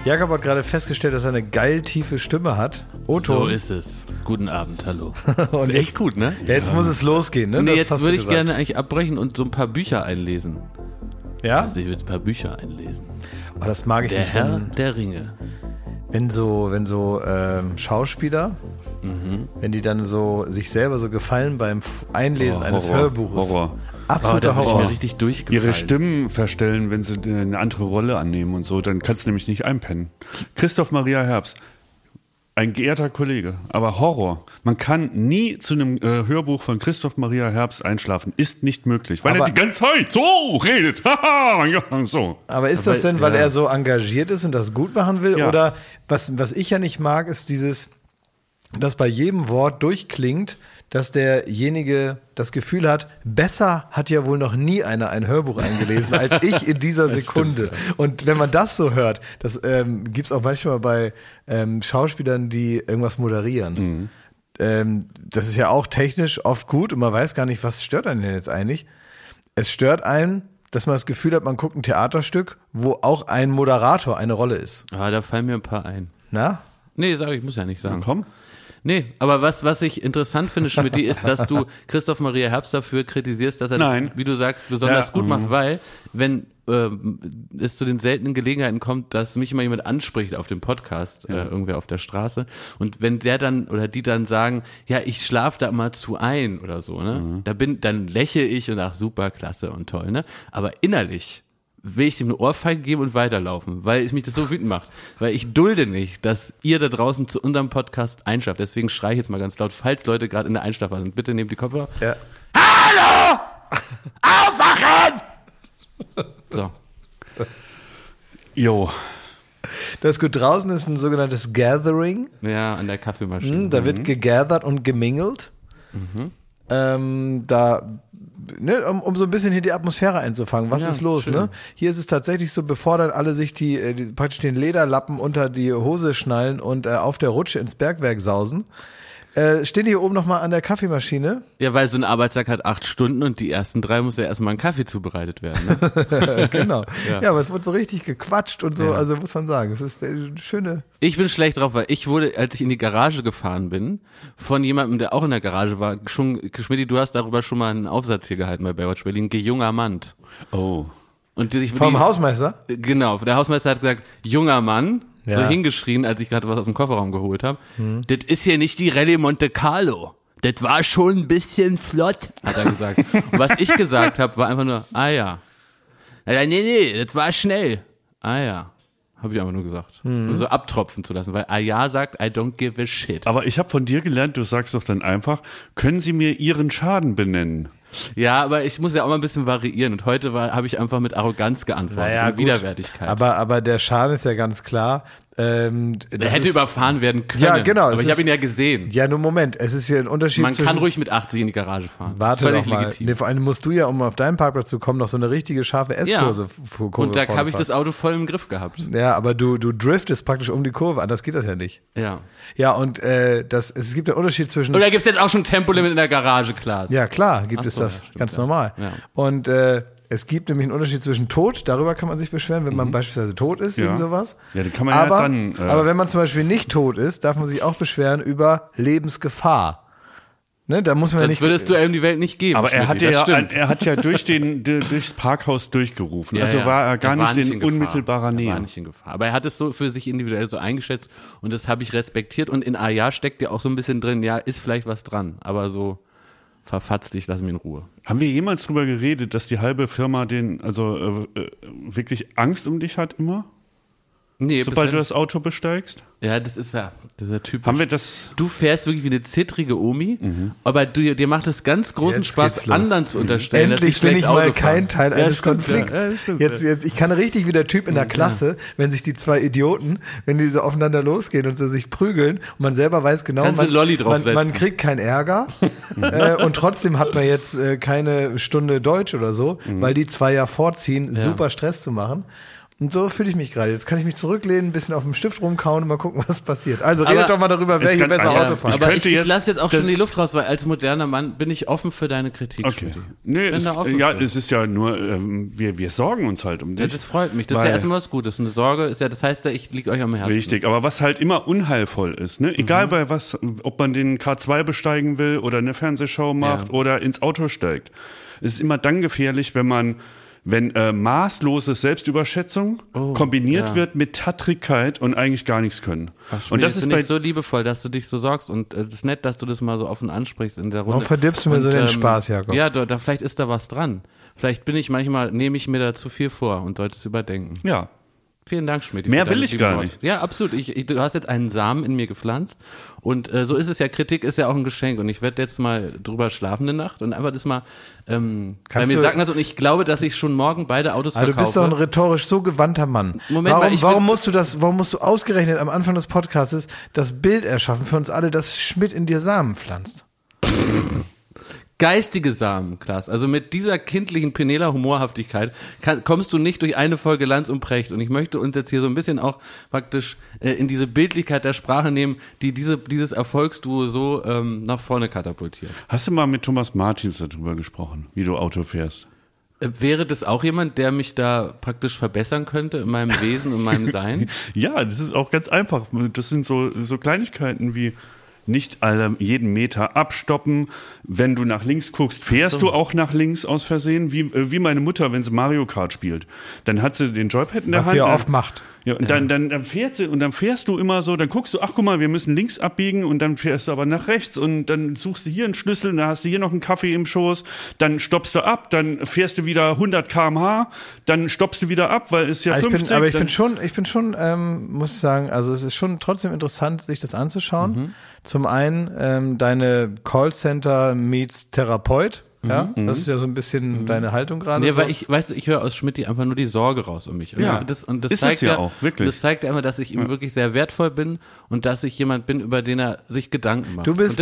Jakob hat gerade festgestellt, dass er eine geil tiefe Stimme hat. O-Ton. So ist es. Guten Abend, hallo. Und ist echt gut, ne? Ja, jetzt muss es losgehen, ne? Nee, Das jetzt hast du würde ich gesagt. gerne eigentlich abbrechen und so ein paar Bücher einlesen. Ja? Also ich würde ein paar Bücher einlesen. Oh, das mag ich Der nicht. Herr der Ringe. Wenn so Schauspieler, wenn die dann so sich selber so gefallen beim Einlesen eines Hörbuches. Horror. Absoluter Da würde ich Horror. mir richtig durchgefallen. Ihre Stimmen verstellen, wenn sie eine andere Rolle annehmen und so, dann kannst du nämlich nicht einpennen. Christoph Maria Herbst, ein geehrter Kollege, aber Horror. Man kann nie zu einem Hörbuch von Christoph Maria Herbst einschlafen. Ist nicht möglich, weil Aber- er die ganze Zeit so redet. Haha, ja, so. Aber ist das denn, weil er so engagiert ist und das gut machen will? Ja. Oder was ich ja nicht mag, ist dass bei jedem Wort durchklingt, dass derjenige das Gefühl hat, besser hat ja wohl noch nie einer ein Hörbuch eingelesen als ich in dieser Sekunde. Und wenn man das so hört, das gibt's auch manchmal bei Schauspielern, die irgendwas moderieren. Das ist ja auch technisch oft gut und man weiß gar nicht, was stört einen denn jetzt eigentlich. Es stört einen, dass man das Gefühl hat, man guckt ein Theaterstück, wo auch ein Moderator eine Rolle ist. Ah, da fallen mir ein paar ein. Na? Nee, sag ich, muss ja nicht sagen. Na komm. Nee, aber was ich interessant finde, Schmidt, ist, dass du Christoph Maria Herbst dafür kritisierst, dass er Nein. das, wie du sagst, besonders gut macht, weil wenn es zu den seltenen Gelegenheiten kommt, dass mich mal jemand anspricht auf dem Podcast, irgendwer auf der Straße, und wenn der dann oder die dann sagen, ja, ich schlaf da mal zu ein oder so, ne, dann lächle ich und ach, super, klasse und toll, ne, aber innerlich will ich dem eine Ohrfeige geben und weiterlaufen, weil es mich das so wütend macht. Weil ich dulde nicht, dass ihr da draußen zu unserem Podcast einschlaft. Deswegen schreie ich jetzt mal ganz laut, falls Leute gerade in der Einschlafphase sind. Bitte nehmt die Kopfhörer. Ja. Hallo! Aufwachen! So. Jo. Das ist gut. Draußen ist ein sogenanntes Gathering. Ja, an der Kaffeemaschine. Da wird gegathert und gemingelt. Um so ein bisschen hier die Atmosphäre einzufangen. Was Ja, ist los, schön. ne? Hier ist es tatsächlich so, bevor dann alle sich praktisch den Lederlappen unter die Hose schnallen und auf der Rutsche ins Bergwerk sausen, stehen die hier oben nochmal an der Kaffeemaschine. Ja, weil so ein Arbeitstag hat 8 Stunden und die ersten 3 muss ja erstmal ein Kaffee zubereitet werden. Ne? Genau. Ja. Ja, aber es wird so richtig gequatscht und so, also muss man sagen, es ist eine schöne... Ich bin schlecht drauf, weil ich wurde, als ich in die Garage gefahren bin, von jemandem, der auch in der Garage war, Schmidti, du hast darüber schon mal einen Aufsatz hier gehalten bei Baywatch Berlin, junger Mann. Oh. Und Vom Hausmeister? Genau, der Hausmeister hat gesagt, junger Mann, so Ja. hingeschrien, als ich gerade was aus dem Kofferraum geholt habe. Das ist hier nicht die Rallye Monte Carlo. Das war schon ein bisschen flott, hat er gesagt. Und was ich gesagt habe, war einfach nur, ah ja. Nee, das war schnell. Ah ja. Habe ich einfach nur gesagt. Um so abtropfen zu lassen, weil ah ja sagt, I don't give a shit. Aber ich habe von dir gelernt, du sagst doch dann einfach, können Sie mir Ihren Schaden benennen? Ja, aber ich muss ja auch mal ein bisschen variieren. Und heute habe ich einfach mit Arroganz geantwortet und gut. Widerwärtigkeit. Aber der Schaden ist ja ganz klar. Er hätte überfahren werden können. Ja, genau. Aber ich habe ihn ja gesehen. Ja, nur Moment, es ist hier ein Unterschied Man zwischen... kann ruhig mit 80 in die Garage fahren. Warte das ist doch völlig mal. legitim. Nee, vor allem musst du ja, um auf deinen Parkplatz zu kommen, noch so eine richtige scharfe S-Kurve Und da habe ich das Auto voll im Griff gehabt. Ja, aber du driftest praktisch um die Kurve, anders geht das ja nicht. Ja. Ja, und es gibt einen Unterschied zwischen... Oder gibt's jetzt auch schon Tempolimit in der Garage, Klaas? Ja, klar, gibt Ach es so, das. ja, stimmt, Ganz ja. normal. Ja. Und es gibt nämlich einen Unterschied zwischen Tod, darüber kann man sich beschweren, wenn man beispielsweise tot ist, wegen Ja. sowas. Ja, die kann man aber, ja dann... aber wenn man zum Beispiel nicht tot ist, darf man sich auch beschweren über Lebensgefahr. Ne, da muss man ja Sonst nicht... würdest du ihm die Welt nicht geben. aber er hat Schmidti, das ja, stimmt. er hat ja durchs Parkhaus durchgerufen. Ja, also ja. war er gar war nicht in Gefahr. unmittelbarer Er Nähe. war nicht in Gefahr. Aber er hat es so für sich individuell so eingeschätzt und das habe ich respektiert. Und in ja steckt ja auch so ein bisschen drin, ja, ist vielleicht was dran. Aber so verfatzt dich, lass mich in Ruhe. Haben wir jemals drüber geredet, dass die halbe Firma wirklich Angst um dich hat immer? Nee, Sobald du bisher- das Auto besteigst? Ja, das ist der typisch. Haben wir das... Du fährst wirklich wie eine zittrige Omi, aber dir macht es ganz großen Jetzt Spaß, geht's los. anderen zu unterstellen, Endlich dass bin sie ich schlecht mal Auto fahren. kein Teil Ja, eines stimmt, Konflikts. Ja, stimmt, Jetzt, ich kann richtig wie der Typ in der Klasse, wenn sich die zwei Idioten, wenn die so aufeinander losgehen und so sich prügeln und man selber weiß genau, Kannst du Lolli man draufsetzen. kriegt keinen Ärger und trotzdem hat man jetzt keine Stunde Deutsch oder so, weil die zwei ja vorziehen, super Stress zu machen. Und so fühle ich mich gerade. Jetzt kann ich mich zurücklehnen, ein bisschen auf dem Stift rumkauen und mal gucken, was passiert. Also redet doch mal darüber, wer hier besser Auto fährt. Aber ich lasse jetzt auch schon die Luft raus, weil als moderner Mann bin ich offen für deine Kritik. Okay. Nee, es ist ja nur, wir sorgen uns halt um dich. Ja, das freut mich. Das ist ja erstmal was Gutes. Eine Sorge ist ja, das heißt ja, ich liege euch am Herzen. Richtig, aber was halt immer unheilvoll ist, ne? Egal bei was, ob man den K2 besteigen will oder eine Fernsehshow macht oder ins Auto steigt, ist immer dann gefährlich, wenn maßlose Selbstüberschätzung kombiniert wird mit Tattrigkeit und eigentlich gar nichts können. Ach, und das ist nicht so liebevoll, dass du dich so sorgst und es ist nett, dass du das mal so offen ansprichst in der Runde. Warum verdirbst du mir so den Spaß, Jakob? Ja, vielleicht ist da was dran. Vielleicht nehme ich mir da zu viel vor und sollte es überdenken. Ja. Vielen Dank, Schmidt. Mehr will ich gar nicht. Ja, absolut. Du hast jetzt einen Samen in mir gepflanzt und so ist es ja. Kritik ist ja auch ein Geschenk und ich werde jetzt mal drüber schlafen eine Nacht und einfach das mal bei mir sagen das und ich glaube, dass ich schon morgen beide Autos verkaufe. Du bist doch ein rhetorisch so gewandter Mann. Moment, warum musst du ausgerechnet am Anfang des Podcasts das Bild erschaffen für uns alle, dass Schmidt in dir Samen pflanzt? Geistige Samen, Klaas. Also mit dieser kindlichen Penela-Humorhaftigkeit kommst du nicht durch eine Folge Lanz und Precht. Und ich möchte uns jetzt hier so ein bisschen auch praktisch in diese Bildlichkeit der Sprache nehmen, die dieses Erfolgsduo so nach vorne katapultiert. Hast du mal mit Thomas Martins darüber gesprochen, wie du Auto fährst? Wäre das auch jemand, der mich da praktisch verbessern könnte in meinem Wesen und meinem Sein? Ja, das ist auch ganz einfach. Das sind so Kleinigkeiten wie nicht jeden Meter abstoppen. Wenn du nach links guckst, fährst du auch nach links aus Versehen, wie meine Mutter, wenn sie Mario Kart spielt. Dann hat sie den Joypad in der Hand. Was sie ja oft macht. Ja, und dann fährt sie und dann fährst du immer so, dann guckst du, ach guck mal, wir müssen links abbiegen und dann fährst du aber nach rechts und dann suchst du hier einen Schlüssel und dann hast du hier noch einen Kaffee im Schoß, dann stoppst du ab, dann fährst du wieder 100 km/h, dann stoppst du wieder ab, weil es ja 50. Ich bin schon, muss ich sagen, also es ist schon trotzdem interessant, sich das anzuschauen. Zum einen deine Callcenter meets Therapeut. Ja, das ist ja so ein bisschen deine Haltung gerade. Nee, weil ich höre aus Schmidt einfach nur die Sorge raus um mich. Ja, das ist zeigt ja auch, wirklich. Das zeigt ja immer, dass ich ihm wirklich sehr wertvoll bin und dass ich jemand bin, über den er sich Gedanken macht. Du bist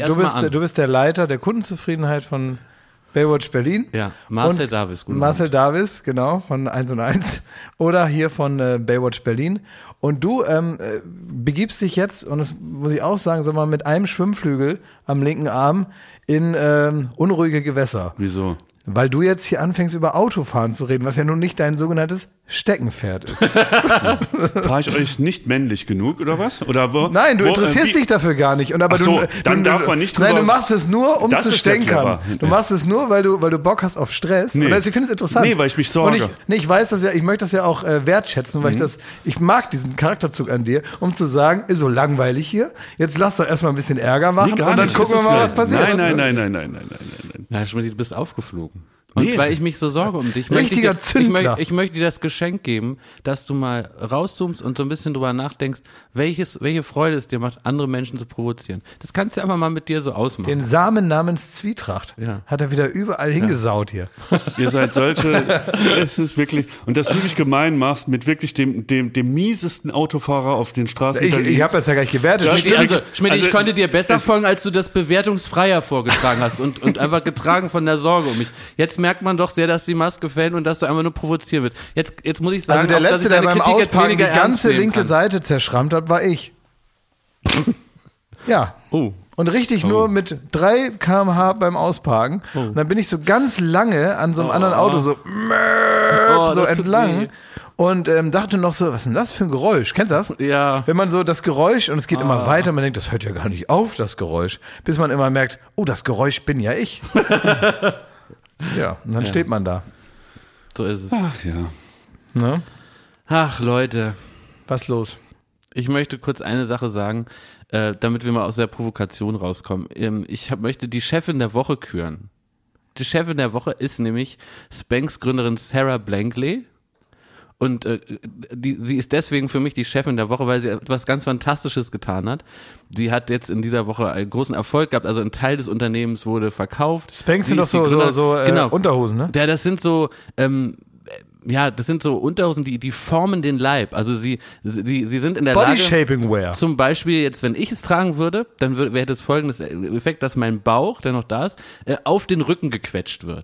der Leiter der Kundenzufriedenheit von Baywatch Berlin. Ja, Marcel Davis. Marcel Davis, genau, von 1&1 oder hier von Baywatch Berlin. Und du begibst dich jetzt, und das muss ich auch sagen, sag mal, mit einem Schwimmflügel am linken Arm in unruhige Gewässer. Wieso? Weil du jetzt hier anfängst, über Autofahren zu reden, was ja nun nicht dein sogenanntes Steckenpferd ist. Fahre ich euch nicht männlich genug, oder was? Oder wo? Nein, du interessierst dich dafür gar nicht. Und aber dann darf man nicht drüber. Nein, du machst es nur, um das zu stänkern. Ja, du machst es nur, weil du Bock hast auf Stress. Nee. Und also ich finde es interessant. Nee, weil ich mich sorge. Und ich weiß das ja, ich möchte das ja auch wertschätzen, weil ich mag diesen Charakterzug an dir, um zu sagen, ist so langweilig hier, jetzt lass doch erstmal ein bisschen Ärger machen und dann gucken wir mal, was passiert. Nein. Na, Schmidt, du bist aufgeflogen. Und weil ich mich so sorge um dich, Richtiger Zündler. Ich möchte dir das Geschenk geben, dass du mal rauszoomst und so ein bisschen drüber nachdenkst, welche Freude es dir macht, andere Menschen zu provozieren. Das kannst du einfach mal mit dir so ausmachen. Den Samen namens Zwietracht hat er wieder überall hingesaut hier. Ihr seid solche, es ist wirklich, und dass du dich gemein machst mit wirklich dem miesesten Autofahrer auf den Straßen. Ich habe das ja gar nicht gewertet. Schmidt, ich konnte dir besser folgen, als du das bewertungsfreier vorgetragen hast und einfach getragen von der Sorge um mich. Jetzt merkt man doch sehr, dass die Maske fällt und dass du einfach nur provozieren willst. Jetzt muss ich sagen, also der auch, Letzte, der beim Auspacken die ganze linke Seite zerschrammt hat, war ich. Ja. Oh. Und richtig nur mit 3 km/h beim Ausparken. Oh. Und dann bin ich so ganz lange an so einem anderen Auto so entlang. Und dachte noch so, was ist denn das für ein Geräusch? Kennst du das? Ja. Wenn man so das Geräusch, und es geht immer weiter, man denkt, das hört ja gar nicht auf, das Geräusch. Bis man immer merkt, oh, das Geräusch bin ja ich. Ja, und dann steht man da. So ist es. Ach ja. Ne? Ach, Leute. Was los? Ich möchte kurz eine Sache sagen, damit wir mal aus der Provokation rauskommen. Ich möchte die Chefin der Woche küren. Die Chefin der Woche ist nämlich Spanx Gründerin Sarah Blankley. Und sie ist deswegen für mich die Chefin der Woche, weil sie etwas ganz Fantastisches getan hat. Sie hat jetzt in dieser Woche einen großen Erfolg gehabt, also ein Teil des Unternehmens wurde verkauft. Spanx sind doch so genau. Unterhosen, ne? Ja, das sind so das sind so Unterhosen, die formen den Leib. Also sie sind in der Lage, Body-Shaping Wear. Zum Beispiel jetzt, wenn ich es tragen würde, dann wäre das folgendes Effekt, dass mein Bauch, der noch da ist, auf den Rücken gequetscht wird.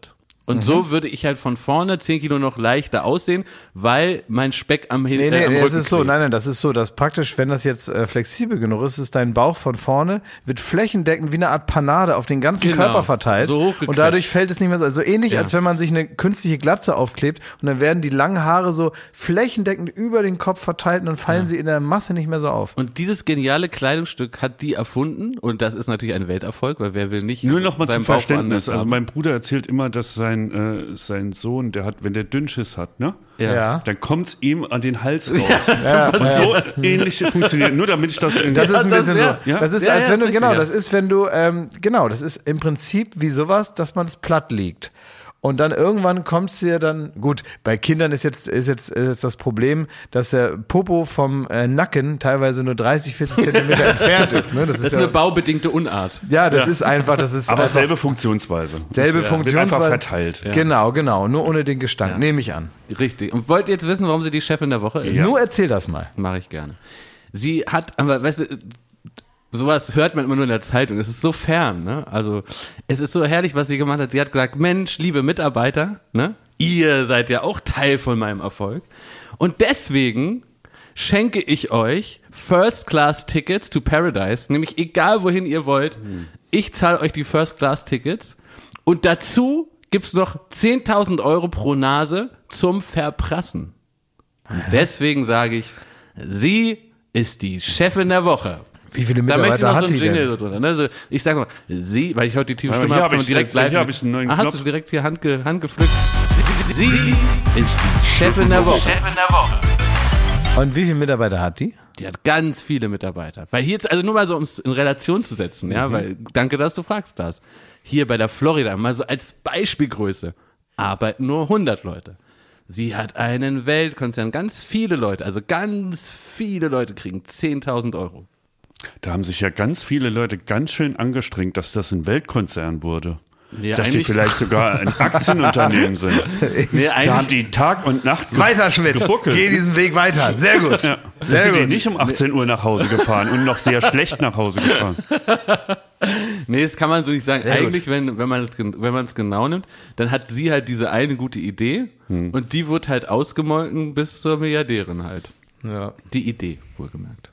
Und so würde ich halt von vorne 10 Kilo noch leichter aussehen, weil mein Speck am Rücken das ist so, klebt. nein, das ist so, dass praktisch, wenn das jetzt flexibel genug ist dein Bauch von vorne, wird flächendeckend wie eine Art Panade auf den ganzen Körper verteilt. So hochgequetscht. Und dadurch fällt es nicht mehr so, also ähnlich, als wenn man sich eine künstliche Glatze aufklebt und dann werden die langen Haare so flächendeckend über den Kopf verteilt und dann fallen sie in der Masse nicht mehr so auf. Und dieses geniale Kleidungsstück hat die erfunden und das ist natürlich ein Welterfolg, weil wer will nicht Nur noch mal seinen zum Bauch Verständnis. woanders Also haben. mein Bruder erzählt immer, dass sein Sohn, der hat, wenn der Dünnschiss hat, ne? Ja. Dann kommt's ihm an den Hals raus. Und so ähnlich funktioniert. Nur damit ich das in Das ist ein das- bisschen ja. so. Ja. Das ist, Ja, als ja, wenn du, ist genau, richtig, das ist, wenn du, genau, das ist im Prinzip wie sowas, dass man es platt liegt. Und dann irgendwann kommst du ja dann, gut, bei Kindern ist jetzt das Problem, dass der Popo vom Nacken teilweise nur 30, 40 Zentimeter entfernt ist. Ne? Das ist eine baubedingte Unart. ja, das ist einfach, das ist Aber einfach selbe Funktionsweise. selbe Wird Funktionsweise. einfach verteilt. Ja. Genau, nur ohne den Gestank, nehme ich an. Richtig. Und wollt ihr jetzt wissen, warum sie die Chefin der Woche ist? Nur erzähl das mal. Mache ich gerne. Sie hat, aber weißt du, sowas hört man immer nur in der Zeitung. Es ist so fern, ne? Also, es ist so herrlich, was sie gemacht hat. Sie hat gesagt, Mensch, liebe Mitarbeiter, ne? Ihr seid ja auch Teil von meinem Erfolg. Und deswegen schenke ich euch First-Class-Tickets to Paradise, nämlich egal wohin ihr wollt. Ich zahle euch die First-Class-Tickets und dazu gibt's noch 10.000 Euro pro Nase zum Verprassen. Und deswegen sage ich, sie ist die Chefin der Woche. Wie viele Da möchte ich Mitarbeiter noch so hat einen die Jingle denn? so drunter. Ne? Also ich sag mal, sie, weil ich heute die tiefe Aber Stimme hier habe, hab kann man ich direkt direkt- live. hier hab ich einen neuen Hast Knopf. du direkt hier handgepflückt? Sie ist die Chefin der Woche. Und wie viele Mitarbeiter hat die? Die hat ganz viele Mitarbeiter. Weil hier jetzt, also nur mal so, um es in Relation zu setzen, ja, weil, danke, dass du fragst das. Hier bei der Florida, mal so als Beispielgröße, arbeiten nur 100 Leute. Sie hat einen Weltkonzern, ganz viele Leute kriegen 10.000 Euro. Da haben sich ja ganz viele Leute ganz schön angestrengt, dass das ein Weltkonzern wurde. Ja, dass die eigentlich- vielleicht sogar ein Aktienunternehmen sind. Nee, Da haben eigentlich, die Tag und Nacht Weiter, Schmidt. gebuckelt. Geh diesen Weg weiter. Sehr gut. Ja. Da Sehr sind die gut. nicht um 18 Uhr nach Hause gefahren und noch sehr schlecht nach Hause gefahren. nee, das kann man so nicht sagen. Sehr Eigentlich, wenn man es genau nimmt, dann hat sie halt diese eine gute Idee und die wird halt ausgemolken bis zur Milliardärin halt. Ja. Die Idee, wohlgemerkt.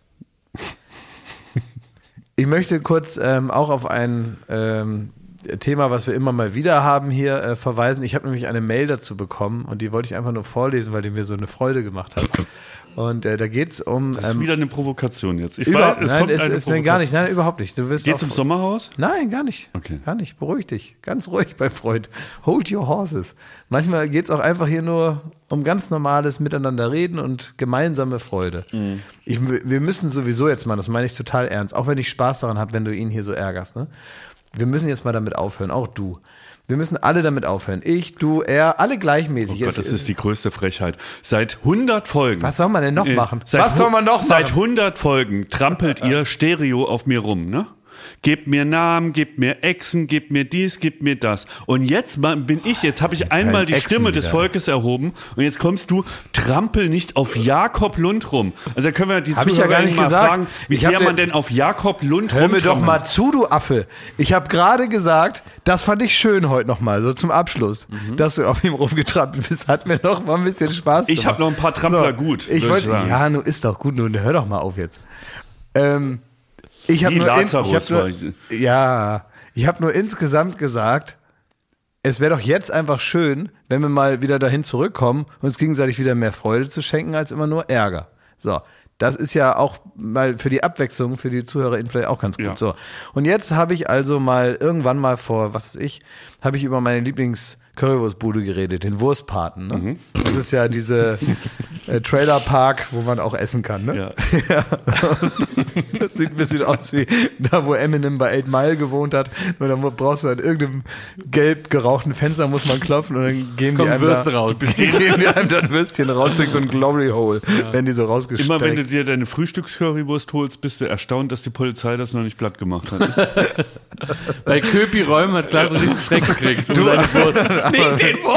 Ich möchte kurz auch auf ein Thema, was wir immer mal wieder haben hier, verweisen. Ich habe nämlich eine Mail dazu bekommen und die wollte ich einfach nur vorlesen, weil die mir so eine Freude gemacht hat. Und da geht's um... Das ist wieder eine Provokation jetzt. Ich überhaupt, weiß, es nein, kommt es eine ist gar nicht, nein, überhaupt nicht. Du wirst Geht's auch- im Sommerhaus? Nein, gar nicht. Okay. Gar nicht. Beruhig dich. Ganz ruhig, mein Freund. Hold your horses. Manchmal geht's auch einfach hier nur um ganz normales Miteinander reden und gemeinsame Freude. Wir müssen sowieso jetzt mal, das meine ich total ernst, auch wenn ich Spaß daran habe, wenn du ihn hier so ärgerst, ne? Wir müssen jetzt mal damit aufhören, auch du. Wir müssen alle damit aufhören. Ich, du, er, alle gleichmäßig. Oh Gott, das ist die größte Frechheit. Seit 100 Folgen. Was soll man denn noch machen? Seit Was soll man noch machen? Seit 100 Folgen trampelt ihr Stereo auf mir rum, ne? Gebt mir Namen, gebt mir Echsen, gebt mir dies, gebt mir das. Und jetzt habe ich einmal die Echsen Stimme des wieder. Volkes erhoben und jetzt kommst du, trampel nicht auf Jakob Lund rum. Also da können wir die Hab ich ja gar nicht mal gesagt. fragen, wie Ich hab sehr dir- man denn auf Jakob Lund Hör mir doch rumtrampelt. mal zu, du Affe. Ich habe gerade gesagt, das fand ich schön heute nochmal, so zum Abschluss, dass du auf ihm rumgetrampelt bist. Hat mir noch mal ein bisschen Spaß gemacht. Ich hab noch ein paar Trampler gut, Ich würd wollte, ich sagen. ja, nun ist doch gut, nun hör doch mal auf jetzt. Ich habe Wie nur, Lazarus war ich. ich habe nur insgesamt gesagt, es wäre doch jetzt einfach schön, wenn wir mal wieder dahin zurückkommen, uns gegenseitig wieder mehr Freude zu schenken, als immer nur Ärger. So, das ist ja auch mal für die Abwechslung, für die ZuhörerInnen vielleicht auch ganz gut. Ja. So, und jetzt habe ich also mal irgendwann mal vor, was weiß ich, habe ich über meine Lieblings-Currywurstbude geredet, den Wurstpaten. Ne? Das ist ja diese Trailerpark, wo man auch essen kann. Ne? Ja. Das sieht ein bisschen aus wie da, wo Eminem bei 8 Mile gewohnt hat. Nur dann brauchst du an irgendeinem gelb gerauchten Fenster, muss man klopfen und dann geben Kommen die einem Würste da, raus. geben die einem dann Würstchen raus durch so ein Glory Hole, wenn die so rausgesteckt. Immer wenn du dir deine Frühstückscurrywurst holst, bist du erstaunt, dass die Polizei das noch nicht platt gemacht hat. Bei Köpi Räumen hat Klaas einen richtigen Schreck gekriegt. Um seine Wurst. Nicht den Wurstbahn!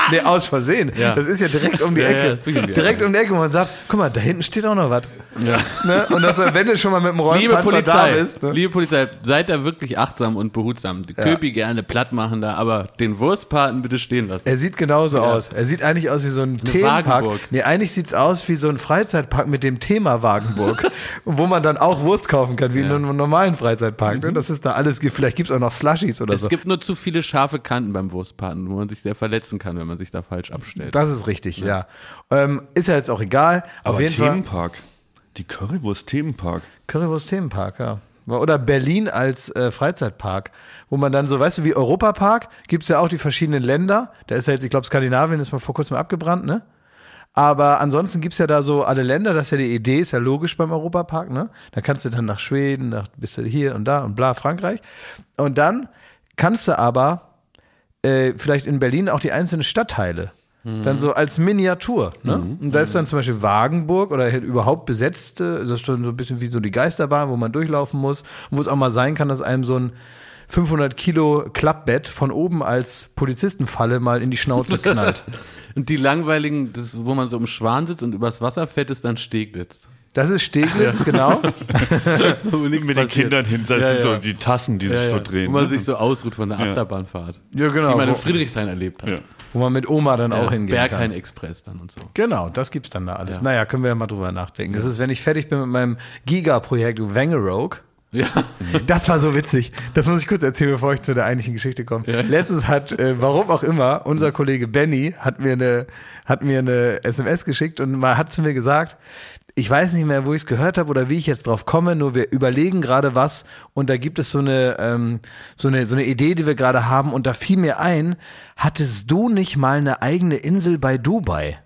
Nee, aus Versehen. Ja. Das ist ja direkt um die Ja, Ecke. das ist wirklich um die Direkt um die Ecke, wo man sagt, guck mal, da hinten steht auch noch was. Ja. Ne? Und das, wenn du schon mal mit dem Rollpanzer da bist. Ne? Liebe Polizei, seid da wirklich achtsam und behutsam. Die Köpi gerne platt machen da, aber den Wurstpaten bitte stehen lassen. Er sieht genauso aus. Er sieht eigentlich aus wie so ein Themenpark. Wagenburg. Nee, eigentlich sieht's aus wie so ein Freizeitpark mit dem Thema Wagenburg, wo man dann auch Wurst kaufen kann, wie in einem normalen Freizeitpark. Ne? Das ist da alles, vielleicht gibt's auch noch Slushies oder so. Es gibt nur zu viele scharfe Kanten beim Wurstpaten, wo man sich sehr verletzen kann, wenn man sich da falsch abstellt. Das ist richtig, ja. Ist ja jetzt auch egal. Aber Auf jeden Fall. Themenpark. Die Currywurst Themenpark. Currywurst Themenpark, ja. Oder Berlin als Freizeitpark, wo man dann so, weißt du, wie Europapark, gibt's ja auch die verschiedenen Länder. Da ist ja jetzt, ich glaube, Skandinavien ist mal vor kurzem abgebrannt, ne? Aber ansonsten gibt's ja da so alle Länder, das ist ja die Idee, ist ja logisch beim Europapark, ne? Da kannst du dann nach Schweden, bist du hier und da und bla, Frankreich. Und dann kannst du aber vielleicht in Berlin auch die einzelnen Stadtteile dann so als Miniatur. Ne? Und da ist dann zum Beispiel Wagenburg oder halt überhaupt besetzte, das ist schon so ein bisschen wie so die Geisterbahn, wo man durchlaufen muss und wo es auch mal sein kann, dass einem so ein 500 Kilo Klappbett von oben als Polizistenfalle mal in die Schnauze knallt. Und die langweiligen, das, wo man so im Schwan sitzt und übers Wasser fährt, ist dann Steglitz. Das ist Steglitz, genau. Mit den Kindern hin, das sind so die Tassen, die sich so drehen. Wo man ne? sich so ausruht von der Achterbahnfahrt. Ja, genau. Die man in Wo, Friedrichshain erlebt hat. Ja. wo man mit Oma dann auch hingehen kann. Berghain Express dann und so. Genau, das gibt's dann da alles. Ja. Naja, können wir ja mal drüber nachdenken. Das ist, wenn ich fertig bin mit meinem Giga-Projekt Wangerooge. Ja. Das war so witzig. Das muss ich kurz erzählen, bevor ich zu der eigentlichen Geschichte komme. Ja. Letztens hat, warum auch immer, unser Kollege Benny hat mir eine SMS geschickt und mal hat zu mir gesagt, ich weiß nicht mehr, wo ich es gehört habe oder wie ich jetzt drauf komme, nur wir überlegen gerade was und da gibt es so eine Idee, die wir gerade haben und da fiel mir ein, hattest du nicht mal eine eigene Insel bei Dubai?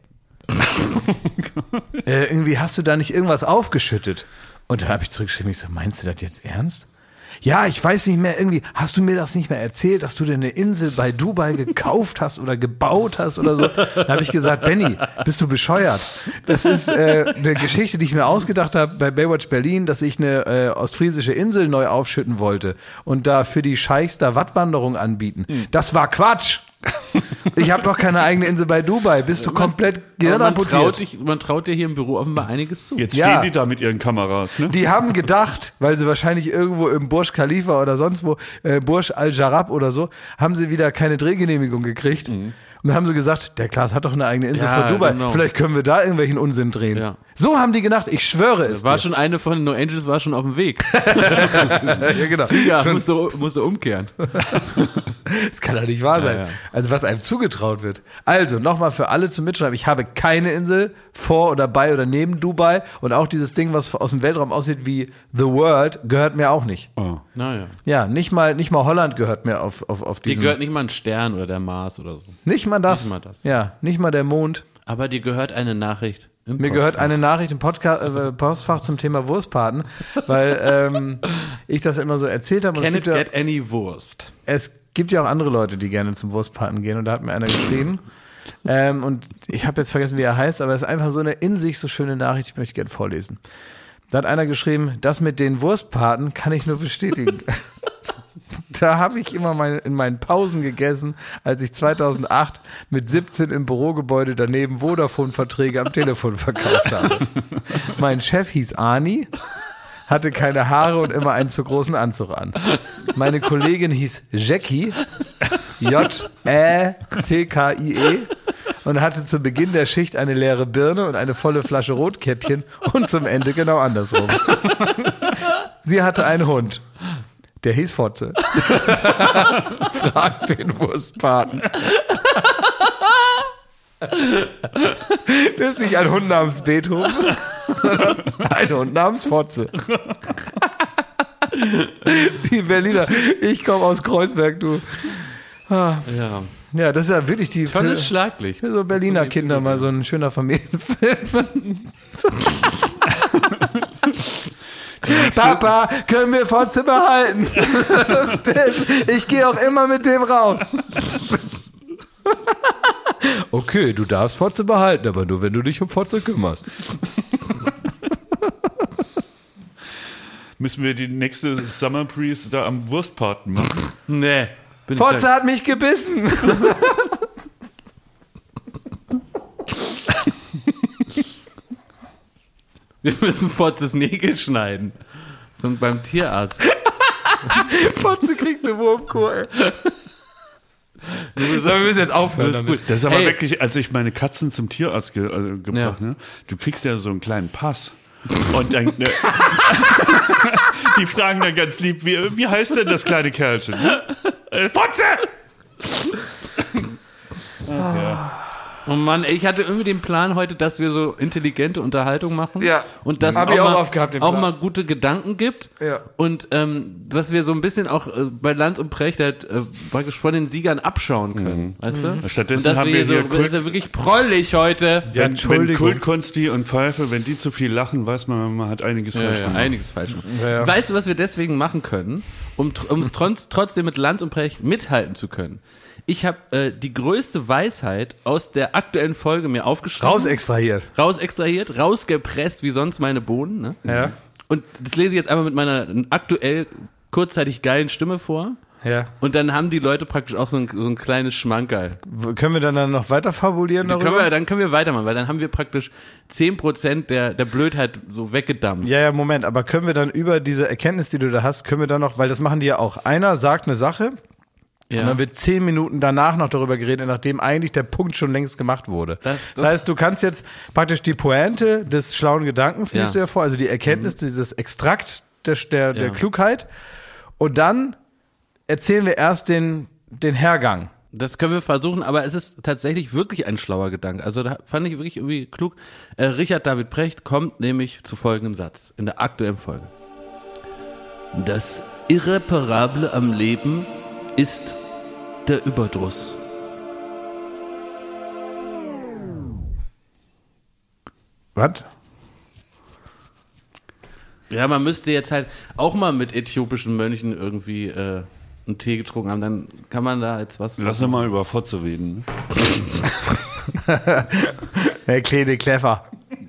Irgendwie hast du da nicht irgendwas aufgeschüttet? Und dann habe ich zurückgeschrieben, ich so, meinst du das jetzt ernst? Ja, ich weiß nicht mehr, irgendwie, hast du mir das nicht mehr erzählt, dass du dir eine Insel bei Dubai gekauft hast oder gebaut hast oder so? Dann habe ich gesagt, Benny, bist du bescheuert? Das ist eine Geschichte, die ich mir ausgedacht habe bei Baywatch Berlin, dass ich eine ostfriesische Insel neu aufschütten wollte und da für die Scheichs da Wattwanderung anbieten. Das war Quatsch! Ich habe doch keine eigene Insel bei Dubai. Bist du komplett gehirnamputiert? Man traut dir hier im Büro offenbar einiges zu. Jetzt Ja. stehen die da mit ihren Kameras, ne? Die haben gedacht, weil sie wahrscheinlich irgendwo im Burj Khalifa oder sonst wo, Burj Al Jarab oder so, haben sie wieder keine Drehgenehmigung gekriegt. Und dann haben sie gesagt, der Klaas hat doch eine eigene Insel Ja, vor Dubai. genau. Vielleicht können wir da irgendwelchen Unsinn drehen. Ja. So haben die gedacht, ich schwöre es War dir. schon eine von No Angels, war schon auf dem Weg. Ja, genau. Ja, Schon, musst du umkehren. das kann doch nicht wahr sein. Ja. Also was einem zugetraut wird. Also, nochmal für alle zum Mitschreiben. Ich habe keine Insel vor oder bei oder neben Dubai. Und auch dieses Ding, was aus dem Weltraum aussieht wie The World, gehört mir auch nicht. Oh. Naja. Ja, nicht mal Holland gehört mir auf Dir diesen... gehört nicht mal ein Stern oder der Mars oder so. Nicht mal das. Nicht mal das. Ja, nicht mal der Mond. Aber dir gehört eine Nachricht im Mir gehört eine Nachricht im Postfach zum Thema Wurstpaten, weil ich das immer so erzählt habe. Und Can it ja, get any Wurst? es gibt ja auch andere Leute, die gerne zum Wurstpaten gehen und da hat mir einer geschrieben. Und ich habe jetzt vergessen, wie er heißt, aber es ist einfach so eine in sich so schöne Nachricht, die möchte ich gerne vorlesen. Da hat einer geschrieben, das mit den Wurstpaten kann ich nur bestätigen. Da habe ich immer in meinen Pausen gegessen, als ich 2008 mit 17 im Bürogebäude daneben Vodafone-Verträge am Telefon verkauft habe. Mein Chef hieß Arni, hatte keine Haare und immer einen zu großen Anzug an. Meine Kollegin hieß Jackie, J-E-C-K-I-E, und hatte zu Beginn der Schicht eine leere Birne und eine volle Flasche Rotkäppchen und zum Ende genau andersrum. Sie hatte einen Hund. Der hieß Fotze. Fragt den Wurstpaten. Das ist nicht ein Hund namens Beethoven, sondern ein Hund namens Fotze. Die Berliner. Ich komme aus Kreuzberg, du. Ja. Ja, das ist ja wirklich die Tolles Schlaglicht. für so Berliner Kinder mal so ein schöner Familienfilm. Papa, können wir Fotze behalten? Ich gehe auch immer mit dem raus. Okay, du darfst Fotze behalten, aber nur wenn du dich um Fotze kümmerst. Müssen wir die nächste Summer Breeze da am Wurstpaten machen? Nee. Fotze hat mich gebissen. Wir müssen Fotzes Nägel schneiden. Beim Tierarzt. Fotze kriegt eine Wurmkur, ey. Wir müssen jetzt aufhören Das ist gut. Das ist aber wirklich, als ich meine Katzen zum Tierarzt gebracht, ne? Du kriegst ja so einen kleinen Pass. Und dann, die fragen dann ganz lieb, wie heißt denn das kleine Kerlchen? Ne? Fotze! Ja. Oh Mann, ich hatte irgendwie den Plan heute, dass wir so intelligente Unterhaltung machen. Ja. Und dass es auch mal gute Gedanken gibt. Ja. Und dass wir so ein bisschen auch bei Lanz und Precht halt praktisch von den Siegern abschauen können. Weißt du? Stattdessen und dass haben wir hier das ist ja wirklich prollig heute. Ja, wenn Kultkonsti und Pfeife, wenn die zu viel lachen, weiß man hat einiges falsch gemacht. Einiges falsch gemacht. Ja. Weißt du, was wir deswegen machen können, um es trotzdem mit Lanz und Precht mithalten zu können? Ich habe die größte Weisheit aus der aktuellen Folge mir aufgeschrieben. Rausextrahiert, rausgepresst, wie sonst meine Bohnen. Ne? Ja. Und das lese ich jetzt einfach mit meiner aktuell kurzzeitig geilen Stimme vor. Ja. Und dann haben die Leute praktisch auch so ein kleines Schmankerl. Können wir dann noch weiter fabulieren darüber? Dann können wir weitermachen, weil dann haben wir praktisch 10% der Blödheit so weggedampft. Ja, Moment, aber können wir dann über diese Erkenntnis, die du da hast, können wir dann noch, weil das machen die ja auch, einer sagt eine Sache, und dann wird 10 Minuten danach noch darüber geredet, nachdem eigentlich der Punkt schon längst gemacht wurde. Das heißt, du kannst jetzt praktisch die Pointe des schlauen Gedankens, liest du ja vor, also die Erkenntnis, dieses Extrakt der Klugheit, und dann erzählen wir erst den Hergang. Das können wir versuchen, aber es ist tatsächlich wirklich ein schlauer Gedanke. Also da fand ich wirklich irgendwie klug. Richard David Precht kommt nämlich zu folgendem Satz in der aktuellen Folge. Das Irreparable am Leben ist der Überdruss. Was? Ja, man müsste jetzt halt auch mal mit äthiopischen Mönchen irgendwie einen Tee getrunken haben, dann kann man da jetzt was... Lass doch mal über Fotze reden. Herr Kleine Clever.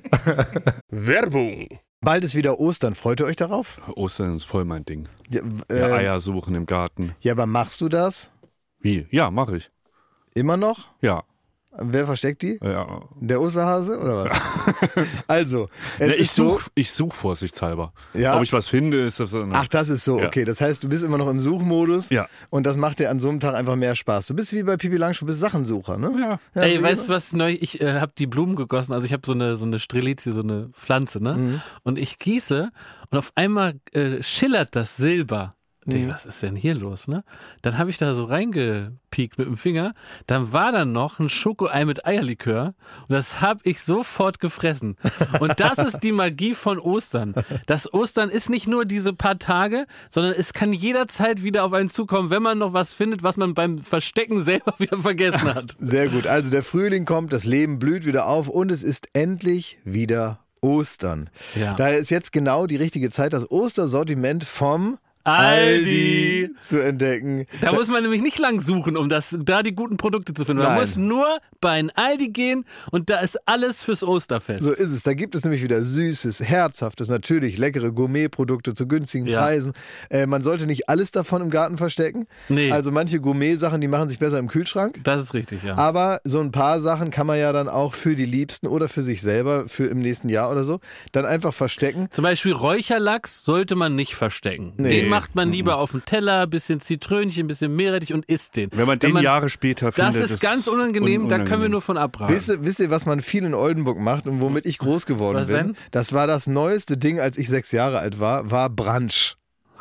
Werbung. Bald ist wieder Ostern. Freut ihr euch darauf? Ostern ist voll mein Ding. Ja, Eier suchen im Garten. Ja, aber machst du das? Wie? Ja, mache ich. Immer noch? Ja. Wer versteckt die? Ja. Der Osterhase oder was? Also, ich such vorsichtshalber. Ja. Ob ich was finde, ist das so. Ach, das ist so, Ja. okay. Das heißt, du bist immer noch im Suchmodus. Ja. Und das macht dir an so einem Tag einfach mehr Spaß. Du bist wie bei Pippi Langstrumpf, du bist Sachensucher, ne? Ja. Ey, weißt du was neu? Ich habe die Blumen gegossen, also ich habe so eine Strelizie, so eine Pflanze, ne? Mhm. Und ich gieße und auf einmal schillert das Silber. Was ist denn hier los, ne? Dann habe ich da so reingepiekt mit dem Finger. Dann war da noch ein Schokoei mit Eierlikör und das habe ich sofort gefressen. Und das ist die Magie von Ostern. Das Ostern ist nicht nur diese paar Tage, sondern es kann jederzeit wieder auf einen zukommen, wenn man noch was findet, was man beim Verstecken selber wieder vergessen hat. Sehr gut. Also der Frühling kommt, das Leben blüht wieder auf und es ist endlich wieder Ostern. Ja. Daher ist jetzt genau die richtige Zeit, das Ostersortiment vom Aldi zu entdecken. Da muss man nämlich nicht lang suchen, um da die guten Produkte zu finden. Man Nein. muss nur bei ein Aldi gehen und da ist alles fürs Osterfest. So ist es. Da gibt es nämlich wieder Süßes, Herzhaftes, natürlich leckere Gourmetprodukte zu günstigen Preisen. Man sollte nicht alles davon im Garten verstecken. Nee. Also manche Gourmet-Sachen, die machen sich besser im Kühlschrank. Das ist richtig, ja. Aber so ein paar Sachen kann man ja dann auch für die Liebsten oder für sich selber, für im nächsten Jahr oder so, dann einfach verstecken. Zum Beispiel Räucherlachs sollte man nicht verstecken. Nee. Den macht man lieber auf den Teller, bisschen Zitrönchen, bisschen Meerrettich und isst den. Wenn man den Jahre später findet. Das ist ganz unangenehm, da können wir nur von abraten. Wisst ihr, was man viel in Oldenburg macht und womit ich groß geworden Was bin? denn? Das war das neueste Ding, als ich 6 Jahre alt war Brunch.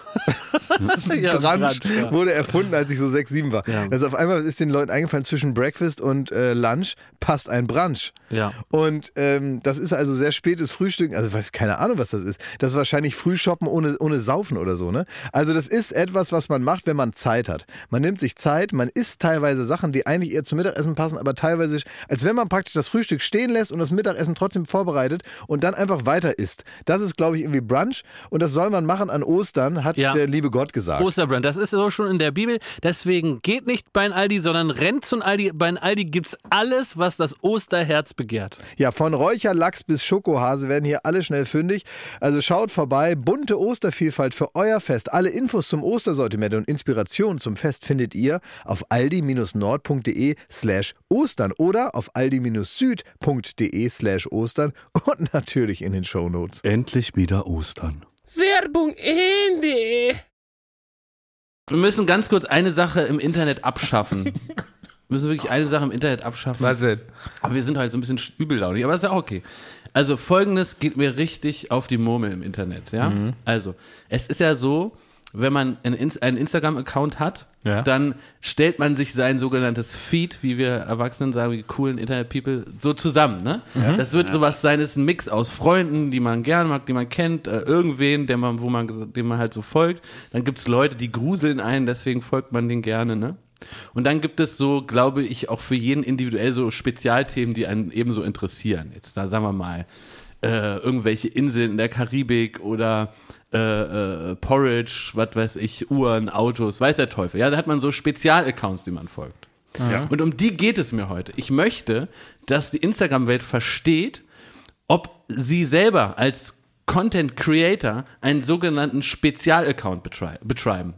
Ja, Brunch ja. wurde erfunden, als ich so 6, 7 war. Ja. Also auf einmal ist den Leuten eingefallen, zwischen Breakfast und Lunch passt ein Brunch. Ja. Und das ist also sehr spätes Frühstück, also weiß keine Ahnung, was das ist. Das ist wahrscheinlich Frühshoppen ohne Saufen oder so, ne? Also das ist etwas, was man macht, wenn man Zeit hat. Man nimmt sich Zeit, man isst teilweise Sachen, die eigentlich eher zum Mittagessen passen, aber teilweise, als wenn man praktisch das Frühstück stehen lässt und das Mittagessen trotzdem vorbereitet und dann einfach weiter isst. Das ist, glaube ich, irgendwie Brunch und das soll man machen an Ostern, hat Ja. der liebe Gott gesagt. Osterbrand, das ist so schon in der Bibel. Deswegen geht nicht bei Aldi, sondern rennt zum Aldi. Bei Aldi gibt's alles, was das Osterherz begehrt. Ja, von Räucherlachs bis Schokohase werden hier alle schnell fündig. Also schaut vorbei. Bunte Ostervielfalt für euer Fest. Alle Infos zum Ostersortiment und Inspiration zum Fest findet ihr auf aldi-nord.de/Ostern oder auf aldi-süd.de/Ostern und natürlich in den Shownotes. Endlich wieder Ostern. Werbung Ende. Wir müssen ganz kurz eine Sache im Internet abschaffen. Wir müssen wirklich eine Sache im Internet abschaffen. Was denn? Aber wir sind halt so ein bisschen übellaunig, aber ist ja auch okay. Also Folgendes geht mir richtig auf die Murmel im Internet, ja? Also, es ist ja so, wenn man einen Instagram-Account hat, Ja. dann stellt man sich sein sogenanntes Feed, wie wir Erwachsenen sagen, wie coolen Internet-People, so zusammen, ne? Das wird sowas sein, ist ein Mix aus Freunden, die man gern mag, die man kennt, irgendwen, dem man halt so folgt. Dann gibt's Leute, die gruseln einen, deswegen folgt man denen gerne, ne? Und dann gibt es so, glaube ich, auch für jeden individuell so Spezialthemen, die einen ebenso interessieren. Jetzt da sagen wir mal, irgendwelche Inseln in der Karibik oder Porridge, was weiß ich, Uhren, Autos, weiß der Teufel. Ja, da hat man so Spezialaccounts, die man folgt. Ja. Und um die geht es mir heute. Ich möchte, dass die Instagram-Welt versteht, ob sie selber als Content Creator einen sogenannten Spezialaccount betreiben.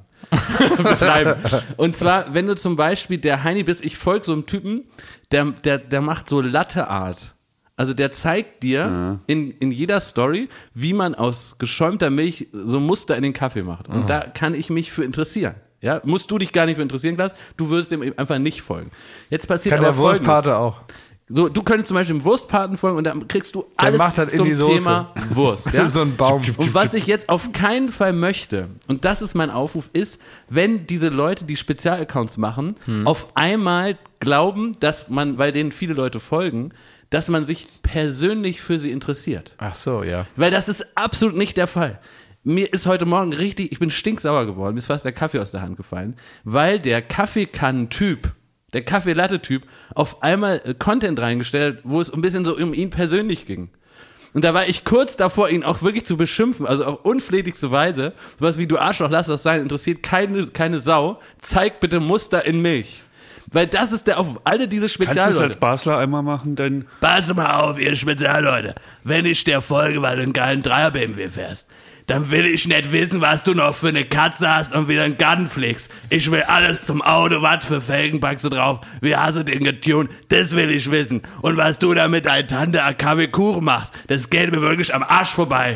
Und zwar, wenn du zum Beispiel der Heini bist, ich folge so einem Typen, der macht so Latte Art. Also der zeigt dir in jeder Story, wie man aus geschäumter Milch so Muster in den Kaffee macht. Und da kann ich mich für interessieren. Ja, musst du dich gar nicht für interessieren, Klaas. Du würdest dem eben einfach nicht folgen. Jetzt passiert Kann aber der Wurstpate auch. So, du könntest zum Beispiel dem Wurstpaten folgen und dann kriegst du alles macht halt in zum die Soße. Thema Wurst. Ja? So ein Baum. Und was ich jetzt auf keinen Fall möchte, und das ist mein Aufruf, ist, wenn diese Leute, die Spezialaccounts machen, auf einmal glauben, dass man, weil denen viele Leute folgen, dass man sich persönlich für sie interessiert. Ach so, ja. Weil das ist absolut nicht der Fall. Mir ist heute Morgen ich bin stinksauer geworden, mir ist fast der Kaffee aus der Hand gefallen, weil der Kaffeekannen-Typ, der Kaffeelatte-Typ auf einmal Content reingestellt hat, wo es ein bisschen so um ihn persönlich ging. Und da war ich kurz davor, ihn auch wirklich zu beschimpfen, also auf unflätigste Weise, sowas wie du Arschloch, lass das sein, interessiert keine Sau, zeig bitte Muster in Milch. Weil das ist der auf alle diese Kannst du es Spezialleute. als Basler einmal machen, denn Pass mal auf, ihr Spezialleute. Wenn ich dir folge, weil du einen geilen Dreier-BMW fährst, dann will ich nicht wissen, was du noch für eine Katze hast und wieder einen Garten pflegst. Ich will alles zum Auto, was für Felgen packst du drauf, wie hast du den getuned, das will ich wissen. Und was du da mit deiner Tante AKW Kuchen machst, das geht mir wirklich am Arsch vorbei.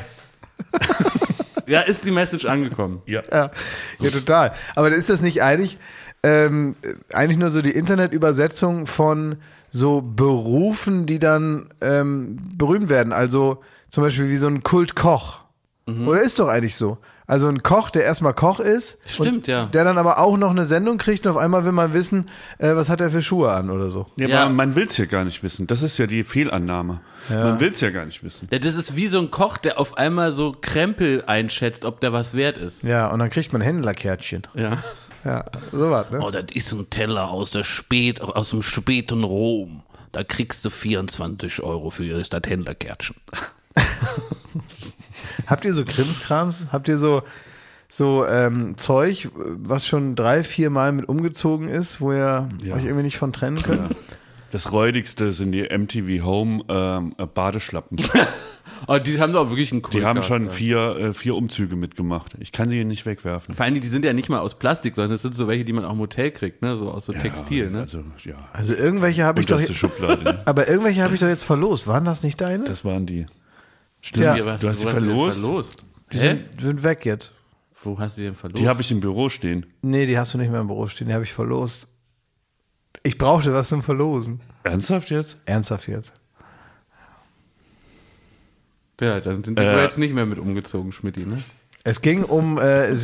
Ja, ist die Message angekommen. Ja, total. Aber ist das nicht eigentlich nur so die Internetübersetzung von so Berufen, die dann berühmt werden? Also zum Beispiel wie so ein Kultkoch. Oder ist doch eigentlich so. Also ein Koch, der erstmal Koch ist. Stimmt, und ja. Der dann aber auch noch eine Sendung kriegt und auf einmal will man wissen, was hat er für Schuhe an oder so. ja, Ja. aber man will es ja gar nicht wissen. Das ist ja die Fehlannahme. Man will es ja gar nicht wissen. Ja, das ist wie so ein Koch, der auf einmal so Krempel einschätzt, ob der was wert ist. Ja, und dann kriegt man Händlerkärtchen. Ja. Ja, sowas, ne? Oh, das ist ein Teller aus dem späten Rom. Da kriegst du 24 € für das Händlerkärtchen. Habt ihr so Krimskrams? Habt ihr so Zeug, was schon 3-4 Mal mit umgezogen ist, wo ihr euch irgendwie nicht von trennen könnt? Das Räudigste sind die MTV Home Badeschlappen. Oh, die haben doch auch wirklich einen Kult Die haben gehabt, schon ja. 4 Umzüge mitgemacht. Ich kann sie nicht wegwerfen. Vor allem, die sind ja nicht mal aus Plastik, sondern das sind so welche, die man auch im Hotel kriegt, ne? So aus so Textil, ne? Also, ja. Also irgendwelche habe ich doch, Unterste Schublade. Ne? aber irgendwelche habe ich doch jetzt verlost. Waren das nicht deine? Das waren die. Stimmt. Ja. Wie, was, Du hast sie wo denn verlost? Die Hä? sind weg jetzt. Wo hast du die denn verlost? Die habe ich im Büro stehen. Nee, die hast du nicht mehr im Büro stehen, die habe ich verlost. Ich brauchte was zum Verlosen. Ernsthaft jetzt? Ernsthaft jetzt. Ja, dann sind die wohl jetzt nicht mehr mit umgezogen, Schmidti, ne? Es ging um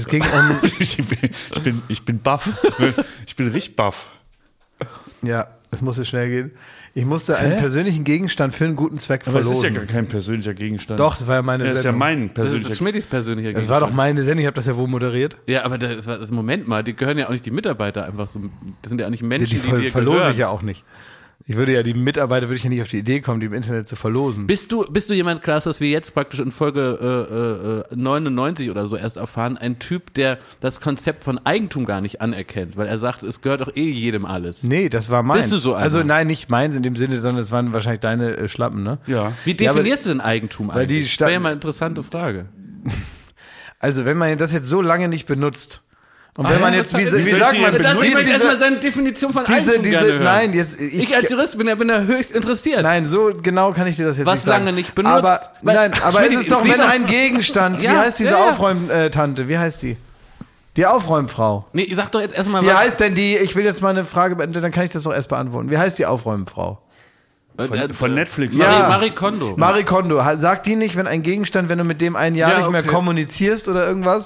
Ich bin baff. Ich bin richtig baff. ja, es musste schnell gehen. Ich musste einen persönlichen Gegenstand für einen guten Zweck Aber es verlosen. ist ja gar kein persönlicher Gegenstand. Doch, das war ja meine Das ist ja Sendung. mein Das persönlicher ist Schmidtis persönlicher Das war doch meine Sendung, ich habe das ja wohl moderiert. Ja, aber Moment mal, die gehören ja auch nicht die Mitarbeiter einfach so. Das sind ja auch nicht Menschen, Die die dir verlose gehören. ich ja auch nicht. Ich würde ja nicht auf die Idee kommen, die im Internet zu verlosen. Bist du jemand, Klaas, was wir jetzt praktisch in Folge 99 oder so erst erfahren, ein Typ, der das Konzept von Eigentum gar nicht anerkennt, weil er sagt, es gehört doch jedem alles. Nee, das war meins. Bist du so einer? Also nein, nicht meins in dem Sinne, sondern es waren wahrscheinlich deine Schlappen, ne? Ja. Wie definierst du denn Eigentum weil die eigentlich? Das wäre ja mal eine interessante Frage. Also wenn man das jetzt so lange nicht benutzt und wenn man jetzt, wie sagt man, Lass mich benutzt erstmal seine Definition von Eigentum gerne hören. nein, jetzt Ich als Jurist bin da höchst interessiert. Nein, so genau kann ich dir das jetzt Was nicht sagen. lange nicht benutzt. Aber es ist doch, wenn Simon- ein Gegenstand, wie Ja, heißt diese ja, ja. Aufräumtante, wie heißt die? Die Aufräumfrau. Nee, sag doch jetzt erstmal Wie heißt denn die, ich will jetzt mal eine Frage beantworten, dann kann ich das doch erst beantworten. Wie heißt die Aufräumfrau? Von Netflix. Ja. Marie Kondo. Marie Kondo. Sagt die nicht, wenn ein Gegenstand, wenn du mit dem ein Jahr Ja, nicht mehr okay. kommunizierst oder irgendwas?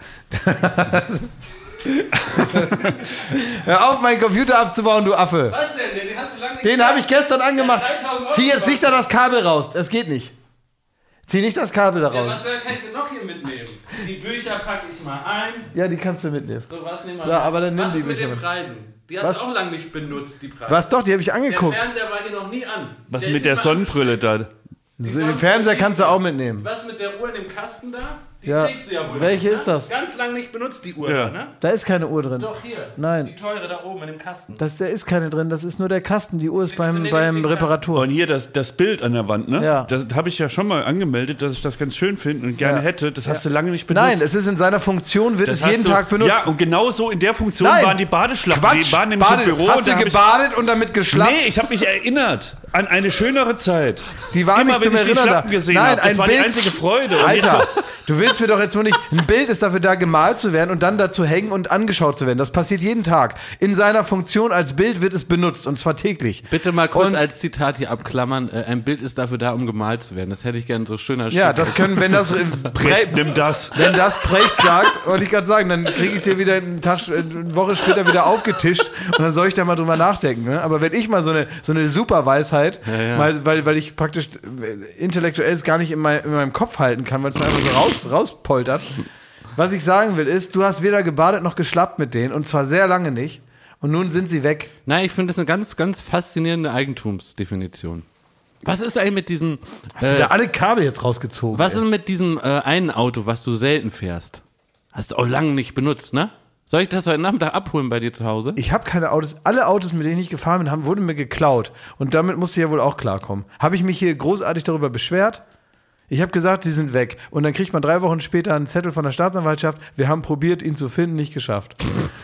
Hör auf, meinen Computer abzubauen, du Affe. Was denn? Den hast du lange nicht Den habe ich gestern angemacht. 3.000 €. Zieh jetzt nicht da das Kabel raus. Das geht nicht. Zieh nicht das Kabel da raus. Was kann ich denn noch hier mitnehmen? Die Bücher packe ich mal ein. Ja, die kannst du mitnehmen. So, was nehmen wir Ja, aber dann nimm was die ist mit Bücher den mit. Preisen? Die hast Was? du auch lange nicht benutzt, die Preise. Was doch, die habe ich Der angeguckt. Fernseher war hier noch nie an. Was Der mit ist der immer Sonnenbrille da? Den Fernseher kannst du auch mitnehmen. Was mit der Uhr in dem Kasten da? Die Ja. trägst du ja wohl. Welche ne? ist das? Ganz lange nicht benutzt, die Uhr, Ja. ne? Da ist keine Uhr drin. Doch, hier. Nein. Die teure da oben in dem Kasten. Da ist keine drin. Das ist nur der Kasten. Die Uhr ist beim den Kasten. Reparatur. Und hier das Bild an der Wand, ne? Ja. Das habe ich ja schon mal angemeldet, dass ich das ganz schön finde und gerne Ja. hätte. Das hast du lange nicht benutzt. Nein, es ist in seiner Funktion, wird Das es hast jeden du, Tag benutzt. Ja, und genau so in der Funktion Nein. waren die Badeschlappen. Quatsch, Die waren nämlich im Büro. hast und du da hab ich- gebadet und damit geschlappt? Nee, ich habe mich erinnert an eine schönere Zeit. Die war Immer nicht zum wenn ich die Erinnern da. Schlappen gesehen Nein, habe, das ein war Bild. die einzige Freude. Und Alter, du willst mir doch jetzt nur nicht. Ein Bild ist dafür da, gemalt zu werden und dann dazu hängen und angeschaut zu werden. Das passiert jeden Tag. In seiner Funktion als Bild wird es benutzt und zwar täglich. Bitte mal kurz Und- als Zitat hier abklammern. Ein Bild ist dafür da, um gemalt zu werden. Das hätte ich gerne so schöner Ja, Schrift. das können, wenn das Brecht, nimm das. Wenn das Precht sagt, wollte ich gerade sagen, dann kriege ich es hier wieder eine Woche später wieder aufgetischt und dann soll ich da mal drüber nachdenken. Ne? Aber wenn ich mal so eine Superweisheit, mal, weil ich praktisch intellektuell es gar nicht in meinem Kopf halten kann, weil es mir einfach so rauspoltert. Was ich sagen will ist, du hast weder gebadet noch geschlappt mit denen und zwar sehr lange nicht und nun sind sie weg. Nein, ich finde das eine ganz, ganz faszinierende Eigentumsdefinition. Was ist eigentlich mit diesem, Hast du da alle Kabel jetzt rausgezogen? was ey? ist mit diesem einen Auto, was du selten fährst? Hast du auch lange nicht benutzt, ne? Soll ich das heute Nachmittag abholen bei dir zu Hause? Ich habe keine Autos. Alle Autos, mit denen ich gefahren bin, wurden mir geklaut. Und damit musst du ja wohl auch klarkommen. Habe ich mich hier großartig darüber beschwert? Ich habe gesagt, sie sind weg. Und dann kriegt man 3 Wochen später einen Zettel von der Staatsanwaltschaft. Wir haben probiert, ihn zu finden, nicht geschafft.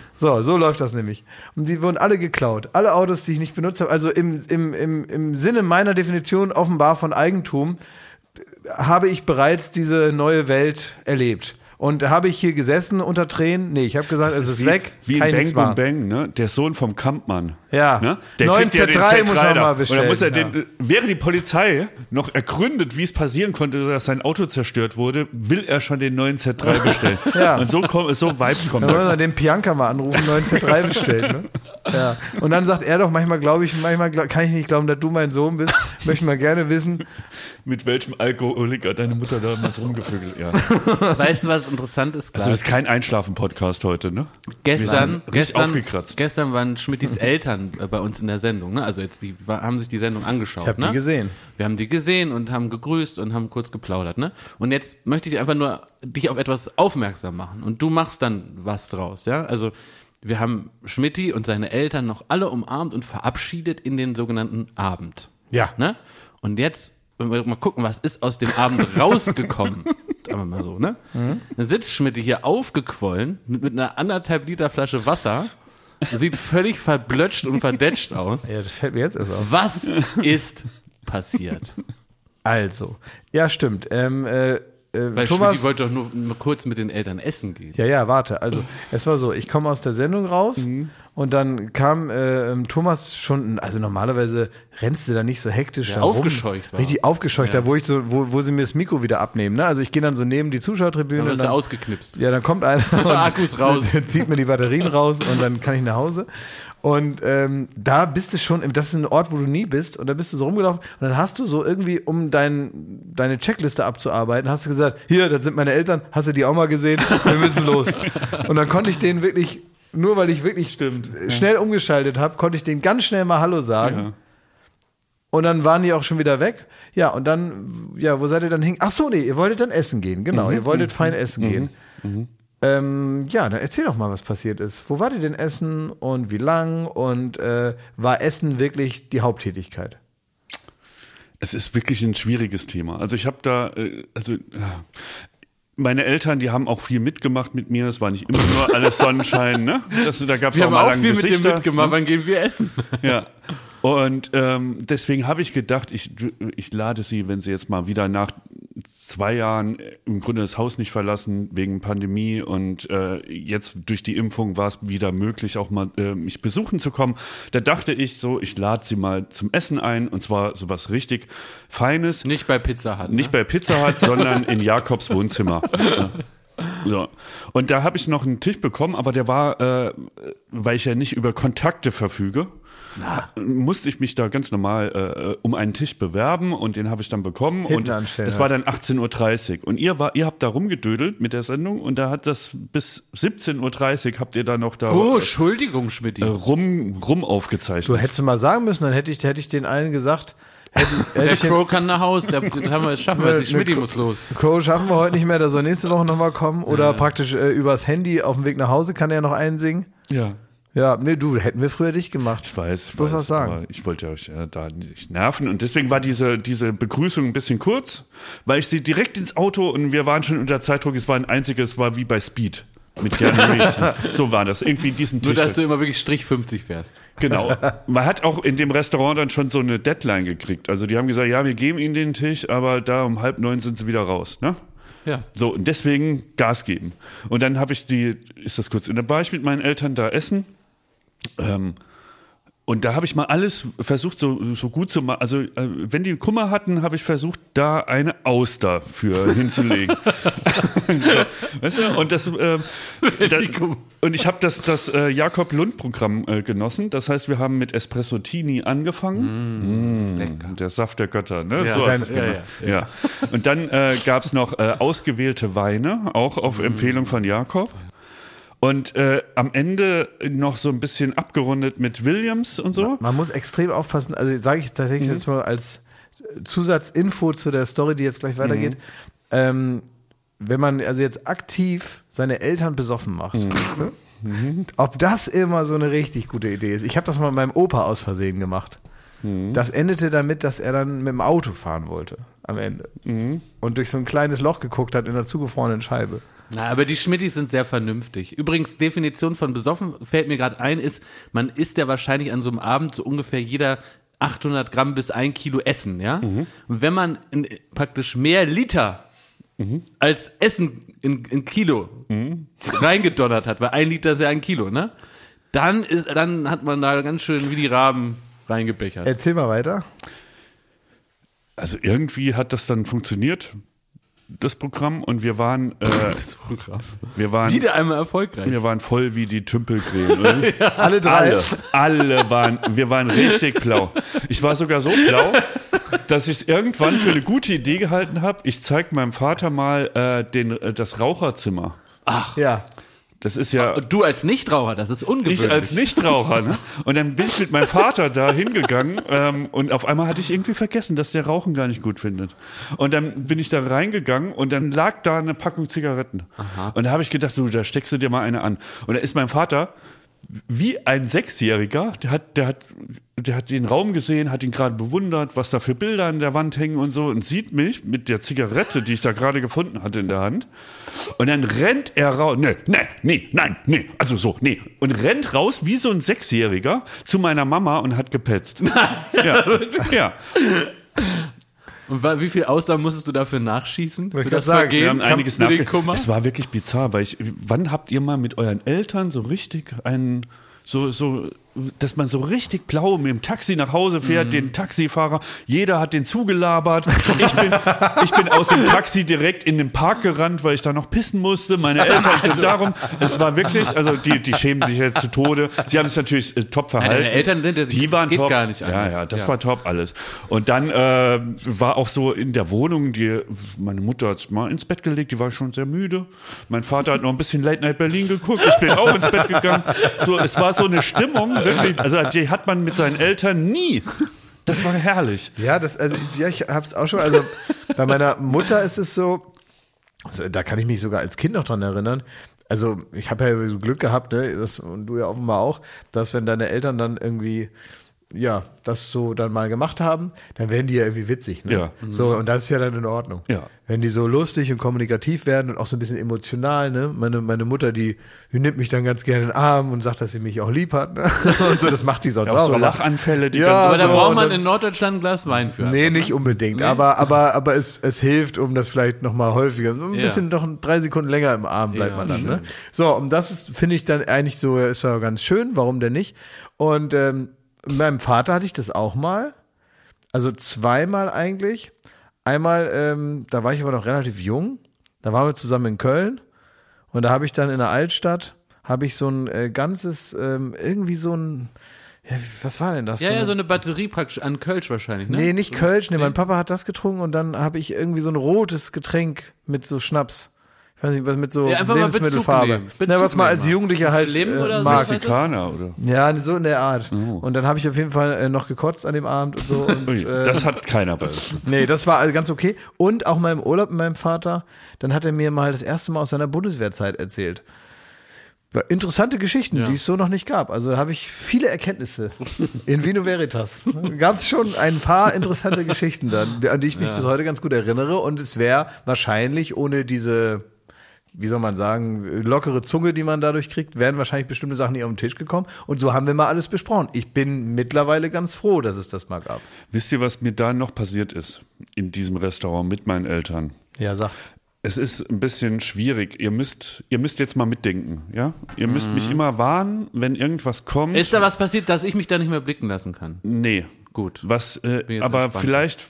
So läuft das nämlich. Und die wurden alle geklaut. Alle Autos, die ich nicht benutzt habe. Also im Sinne meiner Definition offenbar von Eigentum habe ich bereits diese neue Welt erlebt. Und habe ich hier gesessen unter Tränen? Nee, ich habe gesagt, es ist wie, weg. Wie kann in ich nichts Bang machen. Boom Bang, ne? Der Sohn vom Kampmann. Ja. Ne? Der 9 kriegt ja den Z3 muss man da. mal Und bestellen, dann muss er ja. wäre die Polizei noch ergründet, wie es passieren konnte, dass sein Auto zerstört wurde, will er schon den neuen Z3 bestellen. Ja. Und so Vibes kommen. Da muss man den Pianka mal anrufen, 9 Z3 bestellen. Ne? Ja. Und dann sagt er doch, manchmal kann ich nicht glauben, dass du mein Sohn bist. Möchte mal gerne wissen. Mit welchem Alkoholiker deine Mutter damals rumgevögelt. Ja. Weißt du, was interessant ist, Also das ist kein Einschlafen-Podcast heute, ne? Gestern aufgekratzt. Gestern waren Schmittis Eltern bei uns in der Sendung, ne? Also jetzt haben sich die Sendung angeschaut, Ich habe ne? die gesehen. Wir haben die gesehen und haben gegrüßt und haben kurz geplaudert, ne? Und jetzt möchte ich einfach nur dich auf etwas aufmerksam machen und du machst dann was draus, ja? Also wir haben Schmitti und seine Eltern noch alle umarmt und verabschiedet in den sogenannten Abend. Ja. Ne? Und jetzt mal gucken, was ist aus dem Abend rausgekommen. Sagen wir mal so, ne? Dann sitzt Schmidt hier aufgequollen mit einer 1,5 Liter Flasche Wasser, sieht völlig verblötscht und verdetscht aus. Ja, das fällt mir jetzt erst auf. Was ist passiert? Also, ja, stimmt. Weil Thomas, Schmidt wollte doch nur kurz mit den Eltern essen gehen. ja, warte. Also, es war so, ich komme aus der Sendung raus und dann kam Thomas schon, also normalerweise rennst du da nicht so hektisch Ja, da rum. aufgescheucht war. Richtig aufgescheucht, da wo sie mir das Mikro wieder abnehmen. Ne? Also ich gehe dann so neben die Zuschauertribüne. Dann und wirst du dann, ausgeknipst. ja, dann kommt einer und Akkus raus. zieht mir die Batterien raus und dann kann ich nach Hause. Und da bist du schon, das ist ein Ort, wo du nie bist und da bist du so rumgelaufen und dann hast du so irgendwie, um deine Checkliste abzuarbeiten, hast du gesagt, hier, das sind meine Eltern, hast du die auch mal gesehen? Wir müssen los. Und dann konnte ich denen wirklich, nur weil ich wirklich schnell umgeschaltet habe, konnte ich denen ganz schnell mal Hallo sagen. Ja. Und dann waren die auch schon wieder weg. Ja, und dann, ja, wo seid ihr dann hin? Ach so, nee, ihr wolltet dann essen gehen. Genau, ihr wolltet fein essen gehen. Ja, dann erzähl doch mal, was passiert ist. Wo wart ihr denn essen und wie lang? Und war Essen wirklich die Haupttätigkeit? Es ist wirklich ein schwieriges Thema. Also ich habe da, meine Eltern, die haben auch viel mitgemacht mit mir. Es war nicht immer nur alles Sonnenschein, ne? Da gab's Wir auch haben mal auch lange viel Gesichter. mit dir mitgemacht, wann gehen wir essen? Ja. Und deswegen habe ich gedacht, ich lade sie, wenn sie jetzt mal wieder nach 2 Jahren im Grunde das Haus nicht verlassen wegen Pandemie und jetzt durch die Impfung war es wieder möglich, auch mal mich besuchen zu kommen. Da dachte ich so, ich lade sie mal zum Essen ein und zwar sowas richtig Feines. Nicht bei Pizza Hut. Nicht bei Pizza Hut, sondern in Jakobs Wohnzimmer. So. Und da habe ich noch einen Tisch bekommen, aber der war, weil ich ja nicht über Kontakte verfüge, musste ich mich da ganz normal um einen Tisch bewerben und den habe ich dann bekommen und das war dann 18:30 Uhr und ihr habt da rumgedödelt mit der Sendung und da hat das bis 17:30 Uhr habt ihr da noch da Entschuldigung, Schmidti. rum aufgezeichnet. Du hättest mal sagen müssen, dann hätte ich den allen gesagt, Der Crow kann nach Hause, das schaffen wir, die Schmidti muss los. Crow schaffen wir heute nicht mehr, der soll nächste Woche nochmal kommen oder praktisch übers Handy auf dem Weg nach Hause kann er noch einsingen. Ja. Ja, nee, hätten wir früher dich gemacht. Ich weiß, ich muss was sagen. Aber ich wollte euch da nicht nerven und deswegen war diese Begrüßung ein bisschen kurz, weil ich sie direkt ins Auto und wir waren schon unter Zeitdruck, es war wie bei Speed. Mit Jan Ries. So war das. Irgendwie diesen Tisch. Nur, dass du immer wirklich Strich 50 fährst. Genau. Man hat auch in dem Restaurant dann schon so eine Deadline gekriegt. Also die haben gesagt, ja, wir geben ihnen den Tisch, aber da um 8:30 sind sie wieder raus, ne? Ja. So, und deswegen Gas geben. Und dann habe ich und dann war ich mit meinen Eltern da essen. Und da habe ich mal alles versucht, so gut zu machen. Also, wenn die Kummer hatten, habe ich versucht, da eine Auster für hinzulegen. So, weißt du? Und und ich habe das Jakob-Lund-Programm genossen. Das heißt, wir haben mit Espresso-Tini angefangen. Lecker. Der Saft der Götter, ne? Ja, So hast du es gemacht. Ja. Und dann gab es noch ausgewählte Weine, auch auf Empfehlung von Jakob. Und am Ende noch so ein bisschen abgerundet mit Williams und so. Man muss extrem aufpassen, also sage ich tatsächlich jetzt mal als Zusatzinfo zu der Story, die jetzt gleich weitergeht. Wenn man also jetzt aktiv seine Eltern besoffen macht, ne? Ob das immer so eine richtig gute Idee ist. Ich habe das mal mit meinem Opa aus Versehen gemacht. Das endete damit, dass er dann mit dem Auto fahren wollte am Ende. Und durch so ein kleines Loch geguckt hat in der zugefrorenen Scheibe. Na, aber die Schmittis sind sehr vernünftig. Übrigens, Definition von besoffen, fällt mir gerade ein, ist, man isst ja wahrscheinlich an so einem Abend so ungefähr jeder 800 Gramm bis 1 Kilo Essen, ja? Und wenn man praktisch mehr Liter als Essen in Kilo reingedonnert hat, weil 1 Liter ist ja 1 Kilo, ne? Dann hat man da ganz schön wie die Raben reingebechert. Erzähl mal weiter. Also irgendwie hat das dann funktioniert, das Programm, und wir waren Das Programm. wieder einmal erfolgreich. Wir waren voll wie die Tümpelcreme. Alle drei. Wir waren richtig blau. Ich war sogar so blau, dass ich es irgendwann für eine gute Idee gehalten habe. Ich zeige meinem Vater mal das Raucherzimmer. Ach. Ja. Das ist ja. Du als Nichtraucher, das ist ungewöhnlich. Ich als Nichtraucher, ne? Und dann bin ich mit meinem Vater da hingegangen und auf einmal hatte ich irgendwie vergessen, dass der Rauchen gar nicht gut findet. Und dann bin ich da reingegangen und dann lag da eine Packung Zigaretten. Aha. Und da habe ich gedacht, da steckst du dir mal eine an. Und da ist mein Vater wie ein 6-Jähriger, der hat den Raum gesehen, hat ihn gerade bewundert, was da für Bilder an der Wand hängen und so, und sieht mich mit der Zigarette, die ich da gerade gefunden hatte in der Hand. Und dann rennt er raus, und rennt raus wie so ein 6-Jähriger zu meiner Mama und hat gepetzt. Ja. Und wie viel Ausdauer musstest du dafür nachschießen? Ich gerade sagen, wir haben einiges Kummer? Es war wirklich bizarr, weil wann habt ihr mal mit euren Eltern so richtig dass man so richtig blau mit dem Taxi nach Hause fährt, den Taxifahrer, jeder hat den zugelabert. Ich bin aus dem Taxi direkt in den Park gerannt, weil ich da noch pissen musste. Meine Eltern sind darum. Es war wirklich, also die schämen sich jetzt zu Tode. Sie haben es natürlich top verhalten. Deine Eltern die waren geht top. Gar nicht anders. Ja, das war top alles. Und dann war auch so in der Wohnung, meine Mutter hat sich mal ins Bett gelegt, die war schon sehr müde. Mein Vater hat noch ein bisschen Late Night Berlin geguckt. Ich bin auch ins Bett gegangen. So, es war so eine Stimmung, wirklich, also die hat man mit seinen Eltern nie. Das war herrlich. Ja, ich hab's auch schon, also bei meiner Mutter ist es so, also, da kann ich mich sogar als Kind noch dran erinnern. Also ich habe ja so Glück gehabt, ne, und du ja offenbar auch, dass wenn deine Eltern dann irgendwie das so dann mal gemacht haben, dann werden die ja irgendwie witzig. Ne? Ja. So, und das ist ja dann in Ordnung. Ja. Wenn die so lustig und kommunikativ werden und auch so ein bisschen emotional, ne? Meine Mutter, die nimmt mich dann ganz gerne in den Arm und sagt, dass sie mich auch lieb hat. Ne? Und so, das macht die sonst Auch auch. so Aber- Lachanfälle, die Ja, Aber da so, braucht man und in Norddeutschland ein Glas Wein für. Nee, nicht unbedingt, aber es hilft, um das vielleicht nochmal häufiger, so ein bisschen noch 3 Sekunden länger im Arm bleibt Ja, man dann. schön. Ne? So, und das ist, finde ich dann eigentlich so, ist ja ganz schön, warum denn nicht? Und mit meinem Vater hatte ich das auch mal, also 2-mal eigentlich. Einmal, da war ich aber noch relativ jung, da waren wir zusammen in Köln und da habe ich dann in der Altstadt, habe ich so ein ganzes, irgendwie so ein, ja, was war denn das? Ja, so eine Batterie praktisch an Kölsch wahrscheinlich, ne? Nee, nicht Kölsch, nee, mein Papa hat das getrunken und dann habe ich irgendwie so ein rotes Getränk mit so Schnaps. Ich weiß nicht, was mit so Ja, einfach mal Bezug Lebensmittelfarbe. nehmen. Na, was man Bezug als nehmen. Jugendlicher halt Slim oder so, mag. was heißt das? Mexikaner, oder? Ja, so in der Art. Oh. Und dann habe ich auf jeden Fall noch gekotzt an dem Abend und so. Und, Ui, das hat keiner bei uns. nee, das war also ganz okay. Und auch mal im Urlaub mit meinem Vater, dann hat er mir mal das erste Mal aus seiner Bundeswehrzeit erzählt. Interessante Geschichten, die es so noch nicht gab. Also da habe ich viele Erkenntnisse in Vino Veritas. Gab es schon ein paar interessante Geschichten dann, an die ich mich bis heute ganz gut erinnere. Und es wäre wahrscheinlich ohne diese, wie soll man sagen, lockere Zunge, die man dadurch kriegt, wären wahrscheinlich bestimmte Sachen nicht auf den Tisch gekommen. Und so haben wir mal alles besprochen. Ich bin mittlerweile ganz froh, dass es das mal gab. Wisst ihr, was mir da noch passiert ist in diesem Restaurant mit meinen Eltern? Ja, sag. Es ist ein bisschen schwierig. Ihr müsst jetzt mal mitdenken, ja? Ihr müsst mich immer warnen, wenn irgendwas kommt. Ist da was passiert, dass ich mich da nicht mehr blicken lassen kann? Nee. Gut. Was, jetzt aber gespannt. vielleicht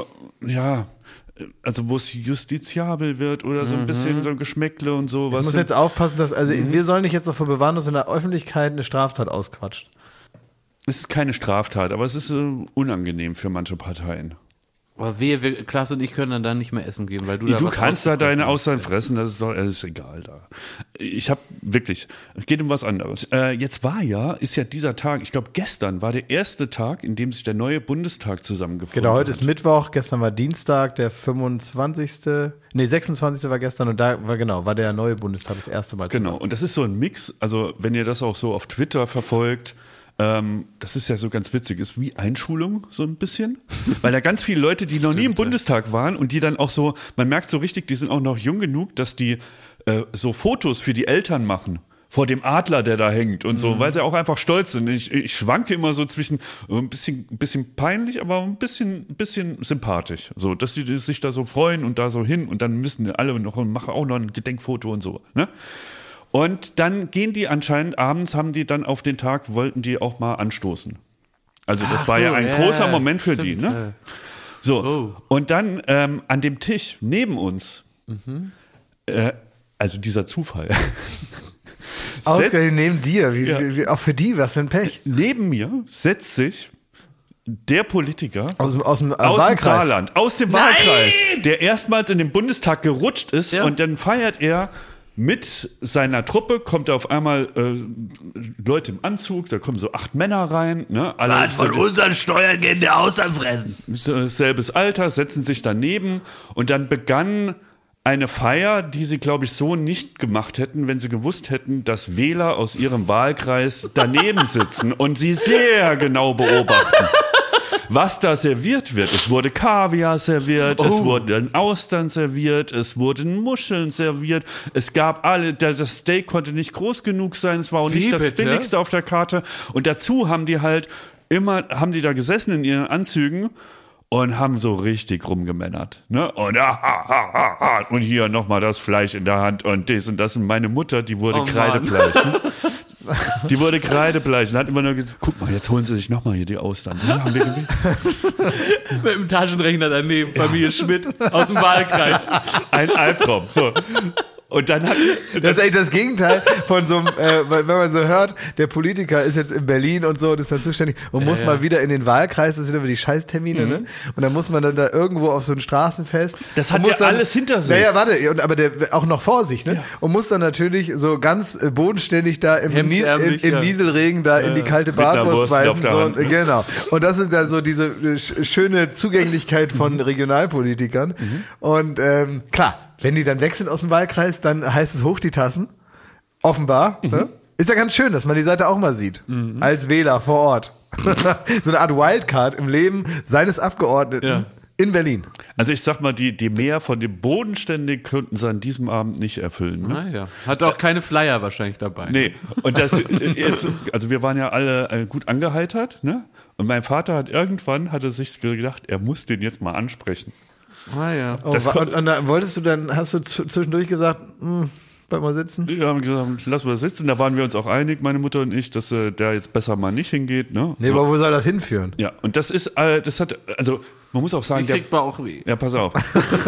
also wo es justiziabel wird oder so ein bisschen so ein Geschmäckle und so. Ich muss jetzt aufpassen, dass, wir sollen nicht jetzt davor bewahren, dass in der Öffentlichkeit eine Straftat ausquatscht. Es ist keine Straftat, aber es ist unangenehm für manche Parteien. Aber Klaas und ich können dann nicht mehr essen gehen, weil du da Du was kannst da deine ausgefressen Aussagen fressen, das ist doch alles egal da. Ich habe wirklich, es geht um was anderes. Jetzt ist ja dieser Tag, ich glaube gestern war der erste Tag, in dem sich der neue Bundestag zusammengefunden Genau, heute hat. ist Mittwoch, gestern war Dienstag, der 26. war gestern und da war der neue Bundestag das erste Mal. Genau, und das ist so ein Mix, also wenn ihr das auch so auf Twitter verfolgt, das ist ja so ganz witzig, ist wie Einschulung so ein bisschen, weil da ganz viele Leute, die noch nie im Bundestag waren und die dann auch so, man merkt so richtig, die sind auch noch jung genug, dass die so Fotos für die Eltern machen. Vor dem Adler, der da hängt und so, weil sie auch einfach stolz sind. Ich schwanke immer so zwischen ein bisschen peinlich, aber ein bisschen sympathisch. So, dass die sich da so freuen und da so hin und dann müssen alle noch und machen auch noch ein Gedenkfoto und so, ne? Und dann gehen die anscheinend abends, wollten die auch mal anstoßen. Also das war ja ein großer Moment für die, ne? So, und dann an dem Tisch neben uns, also dieser Zufall. Ausgerechnet neben dir, wie, auch für die, was für ein Pech. Neben mir setzt sich der Politiker Aus dem aus dem Wahlkreis. Saarland, aus dem Wahlkreis, der erstmals in den Bundestag gerutscht ist und dann feiert er mit seiner Truppe, kommt da auf einmal Leute im Anzug, da kommen so 8 Männer rein. Ne, alle Von unseren Steuern gehen der Austern fressen. selbes Alter, setzen sich daneben und dann begann eine Feier, die sie, glaube ich, so nicht gemacht hätten, wenn sie gewusst hätten, dass Wähler aus ihrem Wahlkreis daneben sitzen und sie sehr genau beobachten. Was da serviert wird. Es wurde Kaviar serviert, es wurden Austern serviert, es wurden Muscheln serviert, es gab das Steak konnte nicht groß genug sein, es war auch nicht das bitte? billigste auf der Karte. Und dazu haben die da gesessen in ihren Anzügen und haben so richtig rumgemännert. Ne? Und, und hier nochmal das Fleisch in der Hand und das und das. Und meine Mutter, die wurde kreidebleich. Ne? Die wurde kreidebleich und hat immer nur gesagt, guck mal, jetzt holen sie sich nochmal hier die Austern. Ja, haben wir gewählt. Mit dem Taschenrechner daneben, Familie Schmidt aus dem Wahlkreis. Ein Albtraum. So. Und dann hat Das ist eigentlich das Gegenteil von so einem, wenn man so hört, der Politiker ist jetzt in Berlin und so und ist dann zuständig und muss mal wieder in den Wahlkreis, das sind immer die Scheißtermine, ne? Und dann muss man dann da irgendwo auf so ein Straßenfest. Das hat und muss ja alles hinter sich. Naja, warte, aber der auch noch vor sich, ne? Ja. Und muss dann natürlich so ganz bodenständig da im Nieselregen da in die kalte Bratwurst beißen. So, genau. Und das ist dann so diese schöne Zugänglichkeit von Regionalpolitikern. Und klar, wenn die dann weg sind aus dem Wahlkreis, dann heißt es hoch die Tassen. Offenbar. Ne? Ist ja ganz schön, dass man die Seite auch mal sieht. Als Wähler vor Ort. So eine Art Wildcard im Leben seines Abgeordneten in Berlin. Also ich sag mal, die Mehr von dem Bodenständigen könnten sie an diesem Abend nicht erfüllen. Ne? Naja, hat auch keine Flyer wahrscheinlich dabei. Nee, und das jetzt, also wir waren ja alle gut angeheitert, ne? Und mein Vater hat sich gedacht, er muss den jetzt mal ansprechen. Ah ja. Oh, und dann hast du zwischendurch gesagt, bleib mal sitzen? Wir haben gesagt, lass mal sitzen. Da waren wir uns auch einig, meine Mutter und ich, dass der jetzt besser mal nicht hingeht. Ne? Nee, aber wo soll das hinführen? Ja, und das hat, also man muss auch sagen, ich krieg Bauchweh. Ja, pass auf.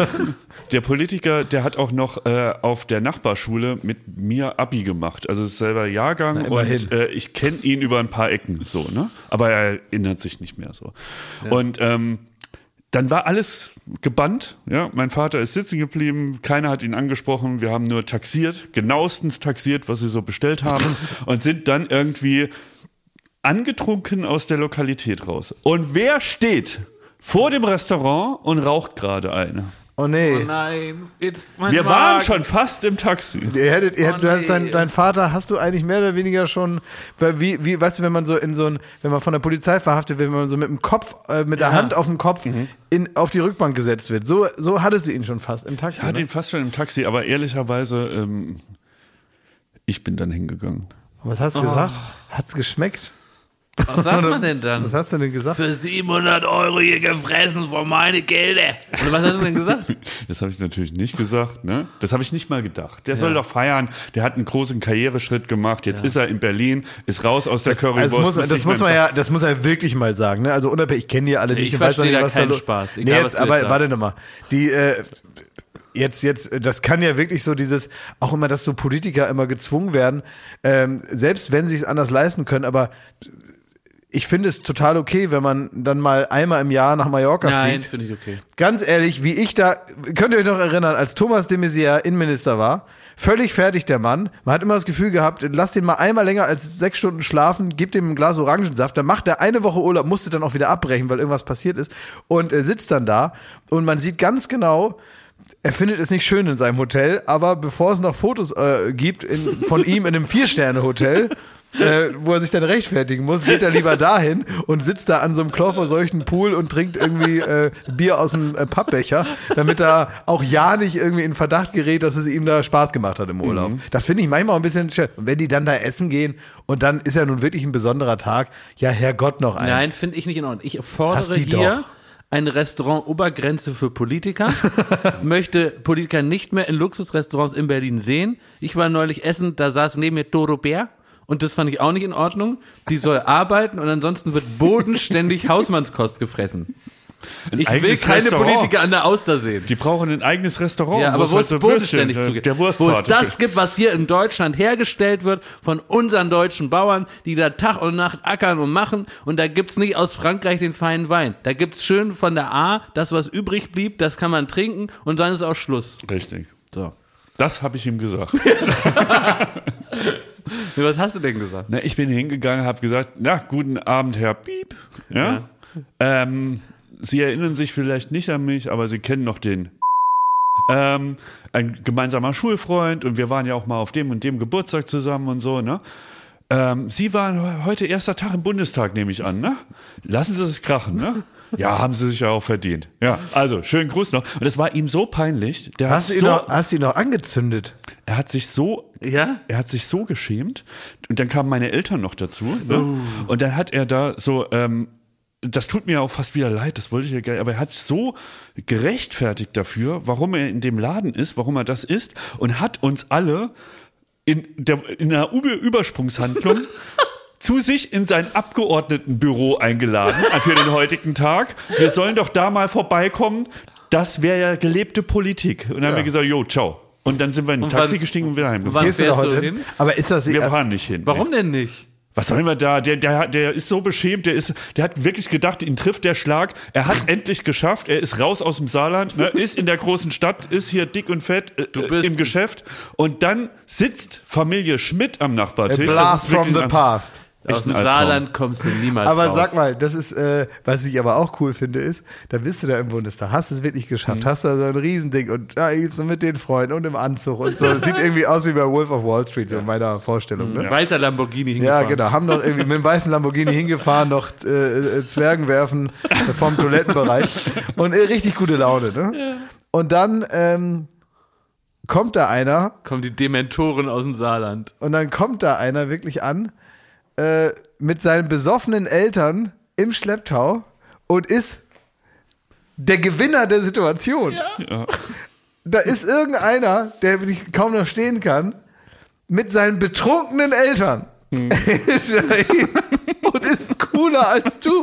Der Politiker, der hat auch noch auf der Nachbarschule mit mir Abi gemacht. Also ist selber Jahrgang und ich kenne ihn über ein paar Ecken so, ne? Aber er erinnert sich nicht mehr so. Ja. Und dann war alles gebannt, ja. Mein Vater ist sitzen geblieben, keiner hat ihn angesprochen, wir haben nur genauestens taxiert, was sie so bestellt haben und sind dann irgendwie angetrunken aus der Lokalität raus. Und wer steht vor dem Restaurant und raucht gerade eine? Oh nee. Oh nein. Wir waren schon fast im Taxi. Du hast dein Vater, hast du eigentlich mehr oder weniger schon, wie weißt du, wenn man so wenn man von der Polizei verhaftet wird, wenn man so mit dem Kopf, mit der Hand auf den Kopf auf die Rückbank gesetzt wird. So hattest du ihn schon fast im Taxi. Ich hatte ihn fast schon im Taxi, aber ehrlicherweise, ich bin dann hingegangen. Was hast du gesagt? Hat's geschmeckt? Was sagt man denn dann? Was hast du denn gesagt? Für 700 € hier gefressen von meine Gelder. Oder was hast du denn gesagt? Das habe ich natürlich nicht gesagt, ne? Das habe ich nicht mal gedacht. Der soll doch feiern. Der hat einen großen Karriereschritt gemacht. Jetzt ist er in Berlin, ist raus aus der Currywurst. Das muss er wirklich mal sagen, ne? Also unabhängig, ich kenne die alle nicht. Ich weiß auch nicht, was da los ist. Spaß. Nee, aber warte nochmal. Jetzt, das kann ja wirklich so auch immer, dass so Politiker immer gezwungen werden, selbst wenn sie es anders leisten können, aber ich finde es total okay, wenn man dann mal einmal im Jahr nach Mallorca fliegt. Nein, finde ich okay. Ganz ehrlich, könnt ihr euch noch erinnern, als Thomas de Maizière Innenminister war, völlig fertig der Mann, man hat immer das Gefühl gehabt, lass den mal einmal länger als 6 Stunden schlafen, gib dem ein Glas Orangensaft, dann macht er eine Woche Urlaub, musste dann auch wieder abbrechen, weil irgendwas passiert ist und er sitzt dann da und man sieht ganz genau, er findet es nicht schön in seinem Hotel, aber bevor es noch Fotos gibt von ihm in einem 4-Sterne-Hotel, wo er sich dann rechtfertigen muss, geht er lieber dahin und sitzt da an so einem chlorverseuchten Pool und trinkt irgendwie Bier aus einem Pappbecher, damit er auch ja nicht irgendwie in Verdacht gerät, dass es ihm da Spaß gemacht hat im Urlaub. Das finde ich manchmal auch ein bisschen schön. Und wenn die dann da essen gehen und dann ist ja nun wirklich ein besonderer Tag, ja Herrgott noch eins. Nein, finde ich nicht in Ordnung. Ich fordere hier eine Restaurant-Obergrenze für Politiker, möchte Politiker nicht mehr in Luxusrestaurants in Berlin sehen. Ich war neulich essen, da saß neben mir Doro Bär. Und das fand ich auch nicht in Ordnung. Die soll arbeiten und ansonsten wird bodenständig Hausmannskost gefressen. Ich will keine Politiker an der Auster sehen. Die brauchen ein eigenes Restaurant. Ja, aber wo es bodenständig zugeht. Wo es das gibt, was hier in Deutschland hergestellt wird von unseren deutschen Bauern, die da Tag und Nacht ackern und machen. Und da gibt's nicht aus Frankreich den feinen Wein. Da gibt's schön von der A, das was übrig blieb, das kann man trinken und dann ist auch Schluss. Richtig. So. Das habe ich ihm gesagt. Was hast du denn gesagt? Na, ich bin hingegangen, habe gesagt, guten Abend, Herr Piep. Ja? Sie erinnern sich vielleicht nicht an mich, aber Sie kennen noch den ein gemeinsamer Schulfreund und wir waren ja auch mal auf dem und dem Geburtstag zusammen und so, ne? Sie waren heute erster Tag im Bundestag, nehme ich an, ne? Lassen Sie es krachen, ne? Ja, haben Sie sich ja auch verdient. Ja, also, schönen Gruß noch. Und das war ihm so peinlich. Hast du ihn noch angezündet? Er hat sich so geschämt. Und dann kamen meine Eltern noch dazu. Ne? Und dann hat er da so, das tut mir auch fast wieder leid, das wollte ich ja gar nicht, aber er hat sich so gerechtfertigt dafür, warum er in dem Laden ist, warum er das ist und hat uns alle in einer Übersprungshandlung zu sich in sein Abgeordnetenbüro eingeladen für den heutigen Tag. Wir sollen doch da mal vorbeikommen. Das wäre ja gelebte Politik. Und dann haben wir gesagt, ciao. Und dann sind wir in ein Taxi gestiegen und wieder heimgefahren. Gehst du da fährst heute du hin? hin? Aber ist das... Wir fahren nicht hin. Warum denn nicht? Was sollen wir da? Der ist so beschämt, der hat wirklich gedacht, ihn trifft der Schlag. Er hat es endlich geschafft. Er ist raus aus dem Saarland, ne, ist in der großen Stadt, ist hier dick und fett im Geschäft. Und dann sitzt Familie Schmidt am Nachbartisch. A blast from the past. Aus dem ein Albtraum. Saarland kommst du niemals Aber raus. sag mal, das ist, was ich aber auch cool finde, ist, da bist du da im Bundestag, hast es wirklich geschafft, hast da so ein Riesending und da gehst du mit den Freunden und im Anzug und so. Das sieht irgendwie aus wie bei Wolf of Wall Street, so in meiner Vorstellung. Ne? Weißer Lamborghini Ja, hingefahren. genau. Haben noch irgendwie mit dem weißen Lamborghini hingefahren, noch Zwergen werfen vom Toilettenbereich und richtig gute Laune. Ne? Ja. Und dann kommt da einer Kommen die Dementoren aus dem Saarland. und dann kommt da einer wirklich an mit seinen besoffenen Eltern im Schlepptau und ist der Gewinner der Situation. Ja. Da ist irgendeiner, der kaum noch stehen kann, mit seinen betrunkenen Eltern und ist cooler als du.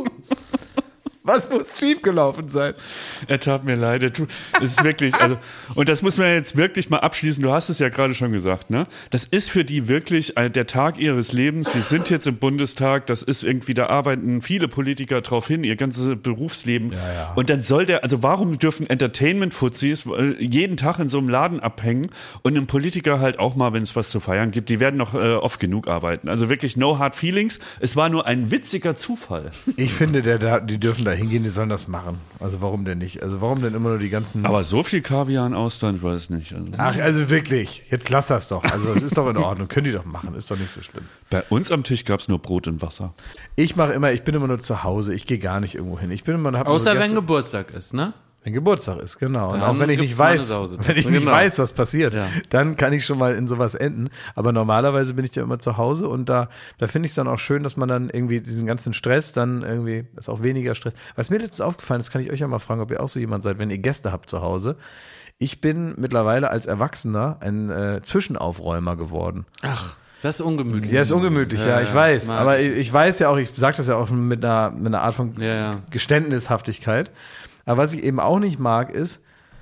Was muss schiefgelaufen sein? Er tat mir leid. Es ist wirklich, also, und das muss man jetzt wirklich mal abschließen. Du hast es ja gerade schon gesagt, ne? Das ist für die wirklich der Tag ihres Lebens. Sie sind jetzt im Bundestag. Das ist irgendwie, da arbeiten viele Politiker drauf hin, ihr ganzes Berufsleben. Ja. Und dann also warum dürfen Entertainment-Fuzis jeden Tag in so einem Laden abhängen und ein Politiker halt auch mal, wenn es was zu feiern gibt, die werden noch oft genug arbeiten. Also wirklich no hard feelings. Es war nur ein witziger Zufall. Ich finde, die dürfen da hingehen, die sollen das machen. Also warum denn nicht? Also warum denn immer nur die ganzen... Aber so viel Kaviar in Austern, ich weiß nicht. Also. Ach, also wirklich, jetzt lass das doch. Also es ist doch in Ordnung, können die doch machen, ist doch nicht so schlimm. Bei uns am Tisch gab es nur Brot und Wasser. Ich bin immer nur zu Hause, ich gehe gar nicht irgendwo hin. Außer wenn Geburtstag ist, ne? Wenn Geburtstag ist, genau. Und Dann auch wenn ich gibt's nicht mal eine weiß, Sause. wenn ich nicht Genau. weiß, was passiert, Ja. dann kann ich schon mal in sowas enden. Aber normalerweise bin ich ja immer zu Hause und da finde ich es dann auch schön, dass man dann irgendwie diesen ganzen Stress dann irgendwie, ist auch weniger Stress. Was mir letztens aufgefallen ist, kann ich euch ja mal fragen, ob ihr auch so jemand seid, wenn ihr Gäste habt zu Hause. Ich bin mittlerweile als Erwachsener ein Zwischenaufräumer geworden. Ach, das ist ungemütlich. Ja, ist ungemütlich, ja, ich weiß. mag Aber ich ich weiß ja auch, ich sage das ja auch mit einer Art von Ja. Geständnishaftigkeit. Aber was ich eben auch nicht mag, ist,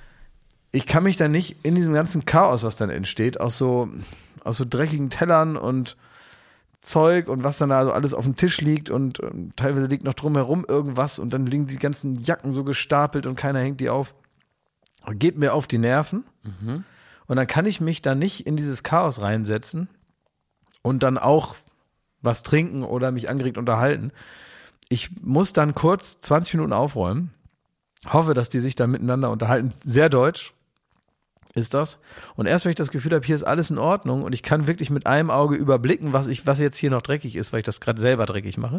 ich kann mich dann nicht in diesem ganzen Chaos, was dann entsteht, aus so dreckigen Tellern und Zeug und was dann da so alles auf dem Tisch liegt und teilweise liegt noch drumherum irgendwas und dann liegen die ganzen Jacken so gestapelt und keiner hängt die auf. Geht mir auf die Nerven. Und dann kann ich mich da nicht in dieses Chaos reinsetzen und dann auch was trinken oder mich angeregt unterhalten. Ich muss dann kurz 20 Minuten aufräumen, hoffe, dass die sich da miteinander unterhalten. Sehr deutsch ist das. Und erst wenn ich das Gefühl habe, hier ist alles in Ordnung und ich kann wirklich mit einem Auge überblicken, was jetzt hier noch dreckig ist, weil ich das gerade selber dreckig mache,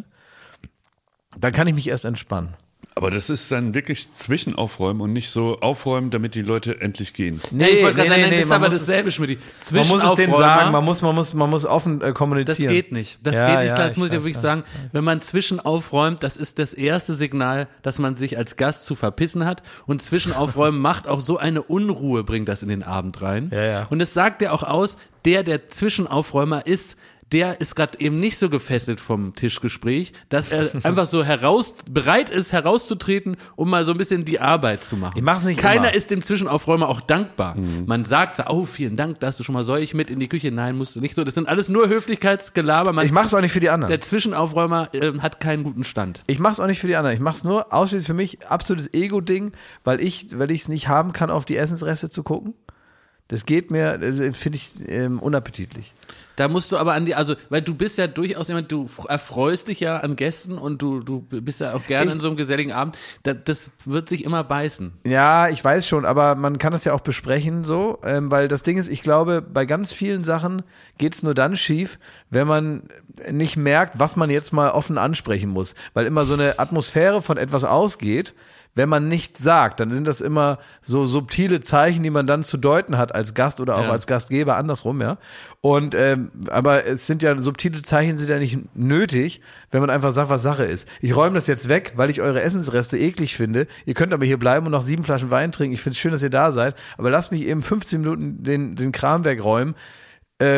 dann kann ich mich erst entspannen. Aber das ist dann wirklich Zwischenaufräumen und nicht so aufräumen, damit die Leute endlich gehen. Ja, ich wollte gerade sagen, das ist man aber muss dasselbe, Schmidt. Man muss es denen sagen, man muss offen kommunizieren. Das geht nicht. Das Ja, geht nicht, ja, klar, das ich muss ich dir weiß, wirklich ja. sagen. Wenn man zwischenaufräumt, das ist das erste Signal, dass man sich als Gast zu verpissen hat. Und Zwischenaufräumen macht auch so eine Unruhe, bringt das in den Abend rein. Ja, ja. Und es sagt ja auch aus, der Zwischenaufräumer ist, der ist gerade eben nicht so gefesselt vom Tischgespräch, dass er einfach so bereit ist, herauszutreten, um mal so ein bisschen die Arbeit zu machen. Ich mach's nicht Keiner immer. ist dem Zwischenaufräumer auch dankbar. Man sagt so, oh, vielen Dank, dass du schon mal, soll ich mit in die Küche? Nein, musst du nicht so. Das sind alles nur Höflichkeitsgelaber. Ich mach's auch nicht für die anderen. Der Zwischenaufräumer hat keinen guten Stand. Ich mach's auch nicht für die anderen. Ich mach's nur ausschließlich für mich, absolutes Ego-Ding, weil ich's nicht haben kann, auf die Essensreste zu gucken. Das geht mir, finde ich unappetitlich. Da musst du aber weil du bist ja durchaus jemand, du erfreust dich ja an Gästen und du bist ja auch gerne in so einem geselligen Abend. Das wird sich immer beißen. Ja, ich weiß schon, aber man kann das ja auch besprechen so, weil das Ding ist, ich glaube, bei ganz vielen Sachen geht's nur dann schief, wenn man nicht merkt, was man jetzt mal offen ansprechen muss, weil immer so eine Atmosphäre von etwas ausgeht. Wenn man nichts sagt, dann sind das immer so subtile Zeichen, die man dann zu deuten hat als Gast oder auch als Gastgeber, andersrum, ja. Und aber es sind ja subtile Zeichen, sind ja nicht nötig, wenn man einfach sagt, was Sache ist. Ich räume das jetzt weg, weil ich eure Essensreste eklig finde. Ihr könnt aber hier bleiben und noch 7 Flaschen Wein trinken. Ich finde es schön, dass ihr da seid, aber lasst mich eben 15 Minuten den Kram wegräumen.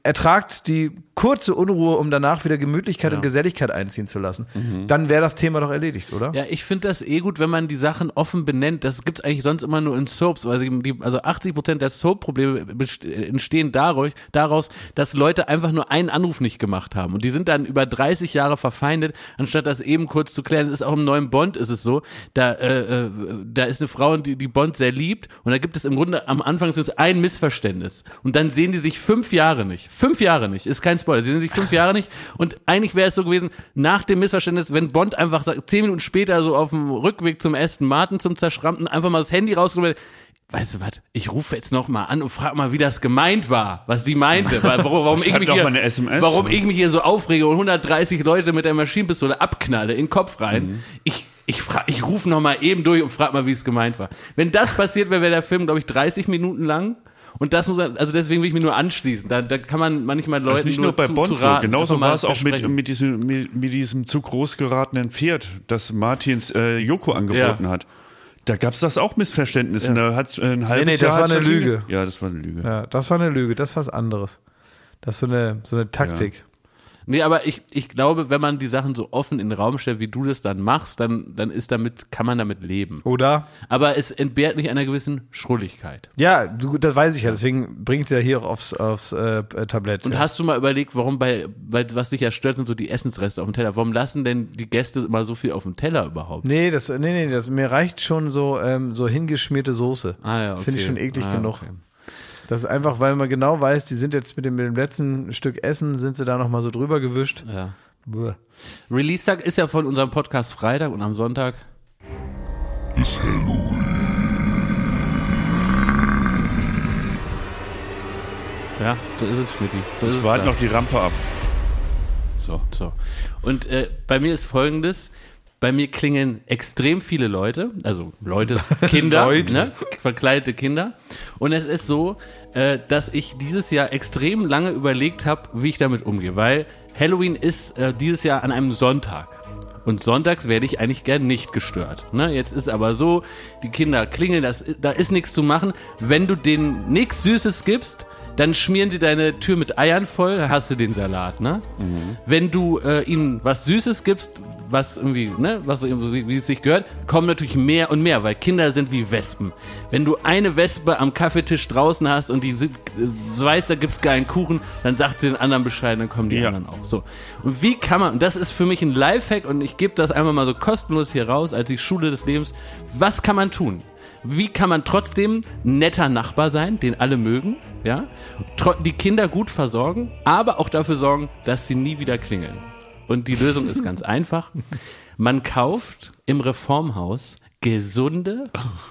ertragt die kurze Unruhe, um danach wieder Gemütlichkeit und Geselligkeit einziehen zu lassen. Dann wäre das Thema doch erledigt, oder? Ja, ich finde das gut, wenn man die Sachen offen benennt. Das gibt's eigentlich sonst immer nur in Soaps. Also 80% der Soap-Probleme entstehen daraus, dass Leute einfach nur einen Anruf nicht gemacht haben. Und die sind dann über 30 Jahre verfeindet, anstatt das eben kurz zu klären. Das ist auch im neuen Bond ist es so. Da ist eine Frau, die Bond sehr liebt. Und da gibt es im Grunde am Anfang ein Missverständnis. Und dann sehen die sich 5 Jahre nicht. 5 Jahre nicht. Ist kein Spoiler. Sie sehen sich 5 Jahre nicht. Und eigentlich wäre es so gewesen, nach dem Missverständnis, wenn Bond einfach sagt, 10 Minuten später so auf dem Rückweg zum Aston Martin, zum Zerschrammten, einfach mal das Handy rausgeholt. Weißt du was, ich rufe jetzt noch mal an und frage mal, wie das gemeint war, was sie meinte, warum ich mich hier so aufrege und 130 Leute mit der Maschinenpistole abknalle in den Kopf rein. Ich rufe noch mal eben durch und frage mal, wie es gemeint war. Wenn das passiert wäre, wäre der Film, glaube ich, 30 Minuten lang. Und das muss also deswegen will ich mich nur anschließen. Da kann man manchmal Leuten das ist nicht nur bei Bond so. Genauso war es auch mit diesem zu groß geratenen Pferd, das Martins Yoko angeboten hat. Da gab es das auch Missverständnisse. Da hat's ein halbes Jahr. Das war eine Lüge. Ja, das war eine Lüge. Ja, das war eine Lüge. Das ist was anderes. Das ist so eine Taktik. Ja. Nee, aber ich glaube, wenn man die Sachen so offen in den Raum stellt, wie du das dann machst, dann kann man damit leben. Oder? Aber es entbehrt nicht einer gewissen Schrulligkeit. Ja, das weiß ich ja, deswegen bringt es ja hier auch aufs Tablett. Und hast du mal überlegt, warum weil was dich ja stört, sind so die Essensreste auf dem Teller. Warum lassen denn die Gäste immer so viel auf dem Teller überhaupt? Nee, mir reicht schon so hingeschmierte Soße. Ah ja, okay. Finde ich schon eklig genug. Okay. Das ist einfach, weil man genau weiß, die sind jetzt mit dem letzten Stück Essen, sind sie da nochmal so drüber gewischt. Ja. Release-Tag ist ja von unserem Podcast Freitag und am Sonntag ist Halloween. Ja, so ist es, Schmidti. So Ich warte noch die Rampe ab. So. Und bei mir ist Folgendes. Bei mir klingen extrem viele Leute, also Kinder, Leute. Ne? Verkleidete Kinder. Und es ist so, dass ich dieses Jahr extrem lange überlegt habe, wie ich damit umgehe. Weil Halloween ist dieses Jahr an einem Sonntag. Und sonntags werde ich eigentlich gern nicht gestört. Ne? Jetzt ist aber so, die Kinder klingeln, da ist nichts zu machen. Wenn du denen nichts Süßes gibst, dann schmieren sie deine Tür mit Eiern voll, da hast du den Salat, ne? Mhm. Wenn du ihnen was Süßes gibst, was irgendwie, ne, wie es sich gehört, kommen natürlich mehr und mehr, weil Kinder sind wie Wespen. Wenn du eine Wespe am Kaffeetisch draußen hast und die weiß, da gibt's geilen Kuchen, dann sagt sie den anderen Bescheid, dann kommen die anderen auch. So. Und wie kann man, und das ist für mich ein Lifehack und ich gebe das einfach mal so kostenlos hier raus, als die Schule des Lebens, was kann man tun? Wie kann man trotzdem netter Nachbar sein, den alle mögen, ja? Die Kinder gut versorgen, aber auch dafür sorgen, dass sie nie wieder klingeln. Und die Lösung ist ganz einfach. Man kauft im Reformhaus gesunde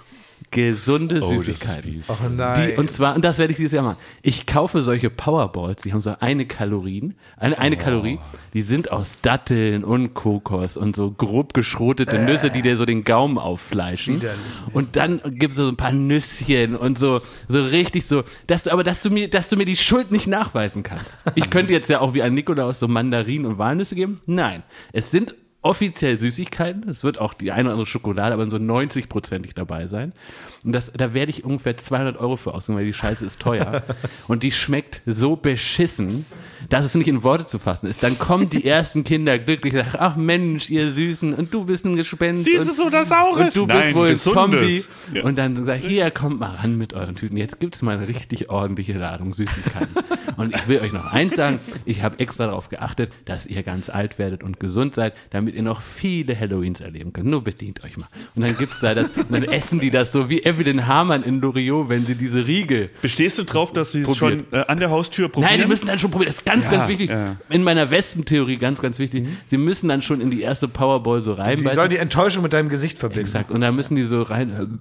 Süßigkeiten. Oh nein. Und das werde ich dieses Jahr machen. Ich kaufe solche Powerballs, die haben so eine Kalorie, die sind aus Datteln und Kokos und so grob geschrotete Nüsse, die dir so den Gaumen auffleischen. Widerlich. Und dann gibt es so ein paar Nüsschen und so richtig so, dass du mir die Schuld nicht nachweisen kannst. Ich könnte jetzt ja auch wie ein Nikolaus so Mandarinen und Walnüsse geben. Nein, es sind offiziell Süßigkeiten, es wird auch die eine oder andere Schokolade, aber so 90%ig dabei sein. Und da werde ich ungefähr 200 € für ausgeben, weil die Scheiße ist teuer. Und die schmeckt so beschissen, dass es nicht in Worte zu fassen ist. Dann kommen die ersten Kinder glücklich und sagen, ach Mensch, ihr Süßen, und du bist ein Gespenst. Süßes oder Saures? Und du bist wohl ein Zombie. Ja. Und dann sagt, hier, kommt mal ran mit euren Tüten. Jetzt gibt's mal eine richtig ordentliche Ladung Süßigkeiten. Und ich will euch noch eins sagen, ich habe extra darauf geachtet, dass ihr ganz alt werdet und gesund seid, damit ihr noch viele Halloweens erleben könnt. Nur bedient euch mal. Und dann gibt's da das, und dann essen die das so wie Evelyn Hamann in Loriot, wenn sie diese Riegel. Bestehst du drauf, dass sie es schon an der Haustür probieren? Nein, die müssen dann schon probieren. Das ist ganz wichtig. Ja. In meiner Wespentheorie ganz wichtig. Sie müssen dann schon in die erste Powerball so reinbeißen. Die sollen die Enttäuschung mit deinem Gesicht verbinden. Exakt. Und dann müssen die so rein.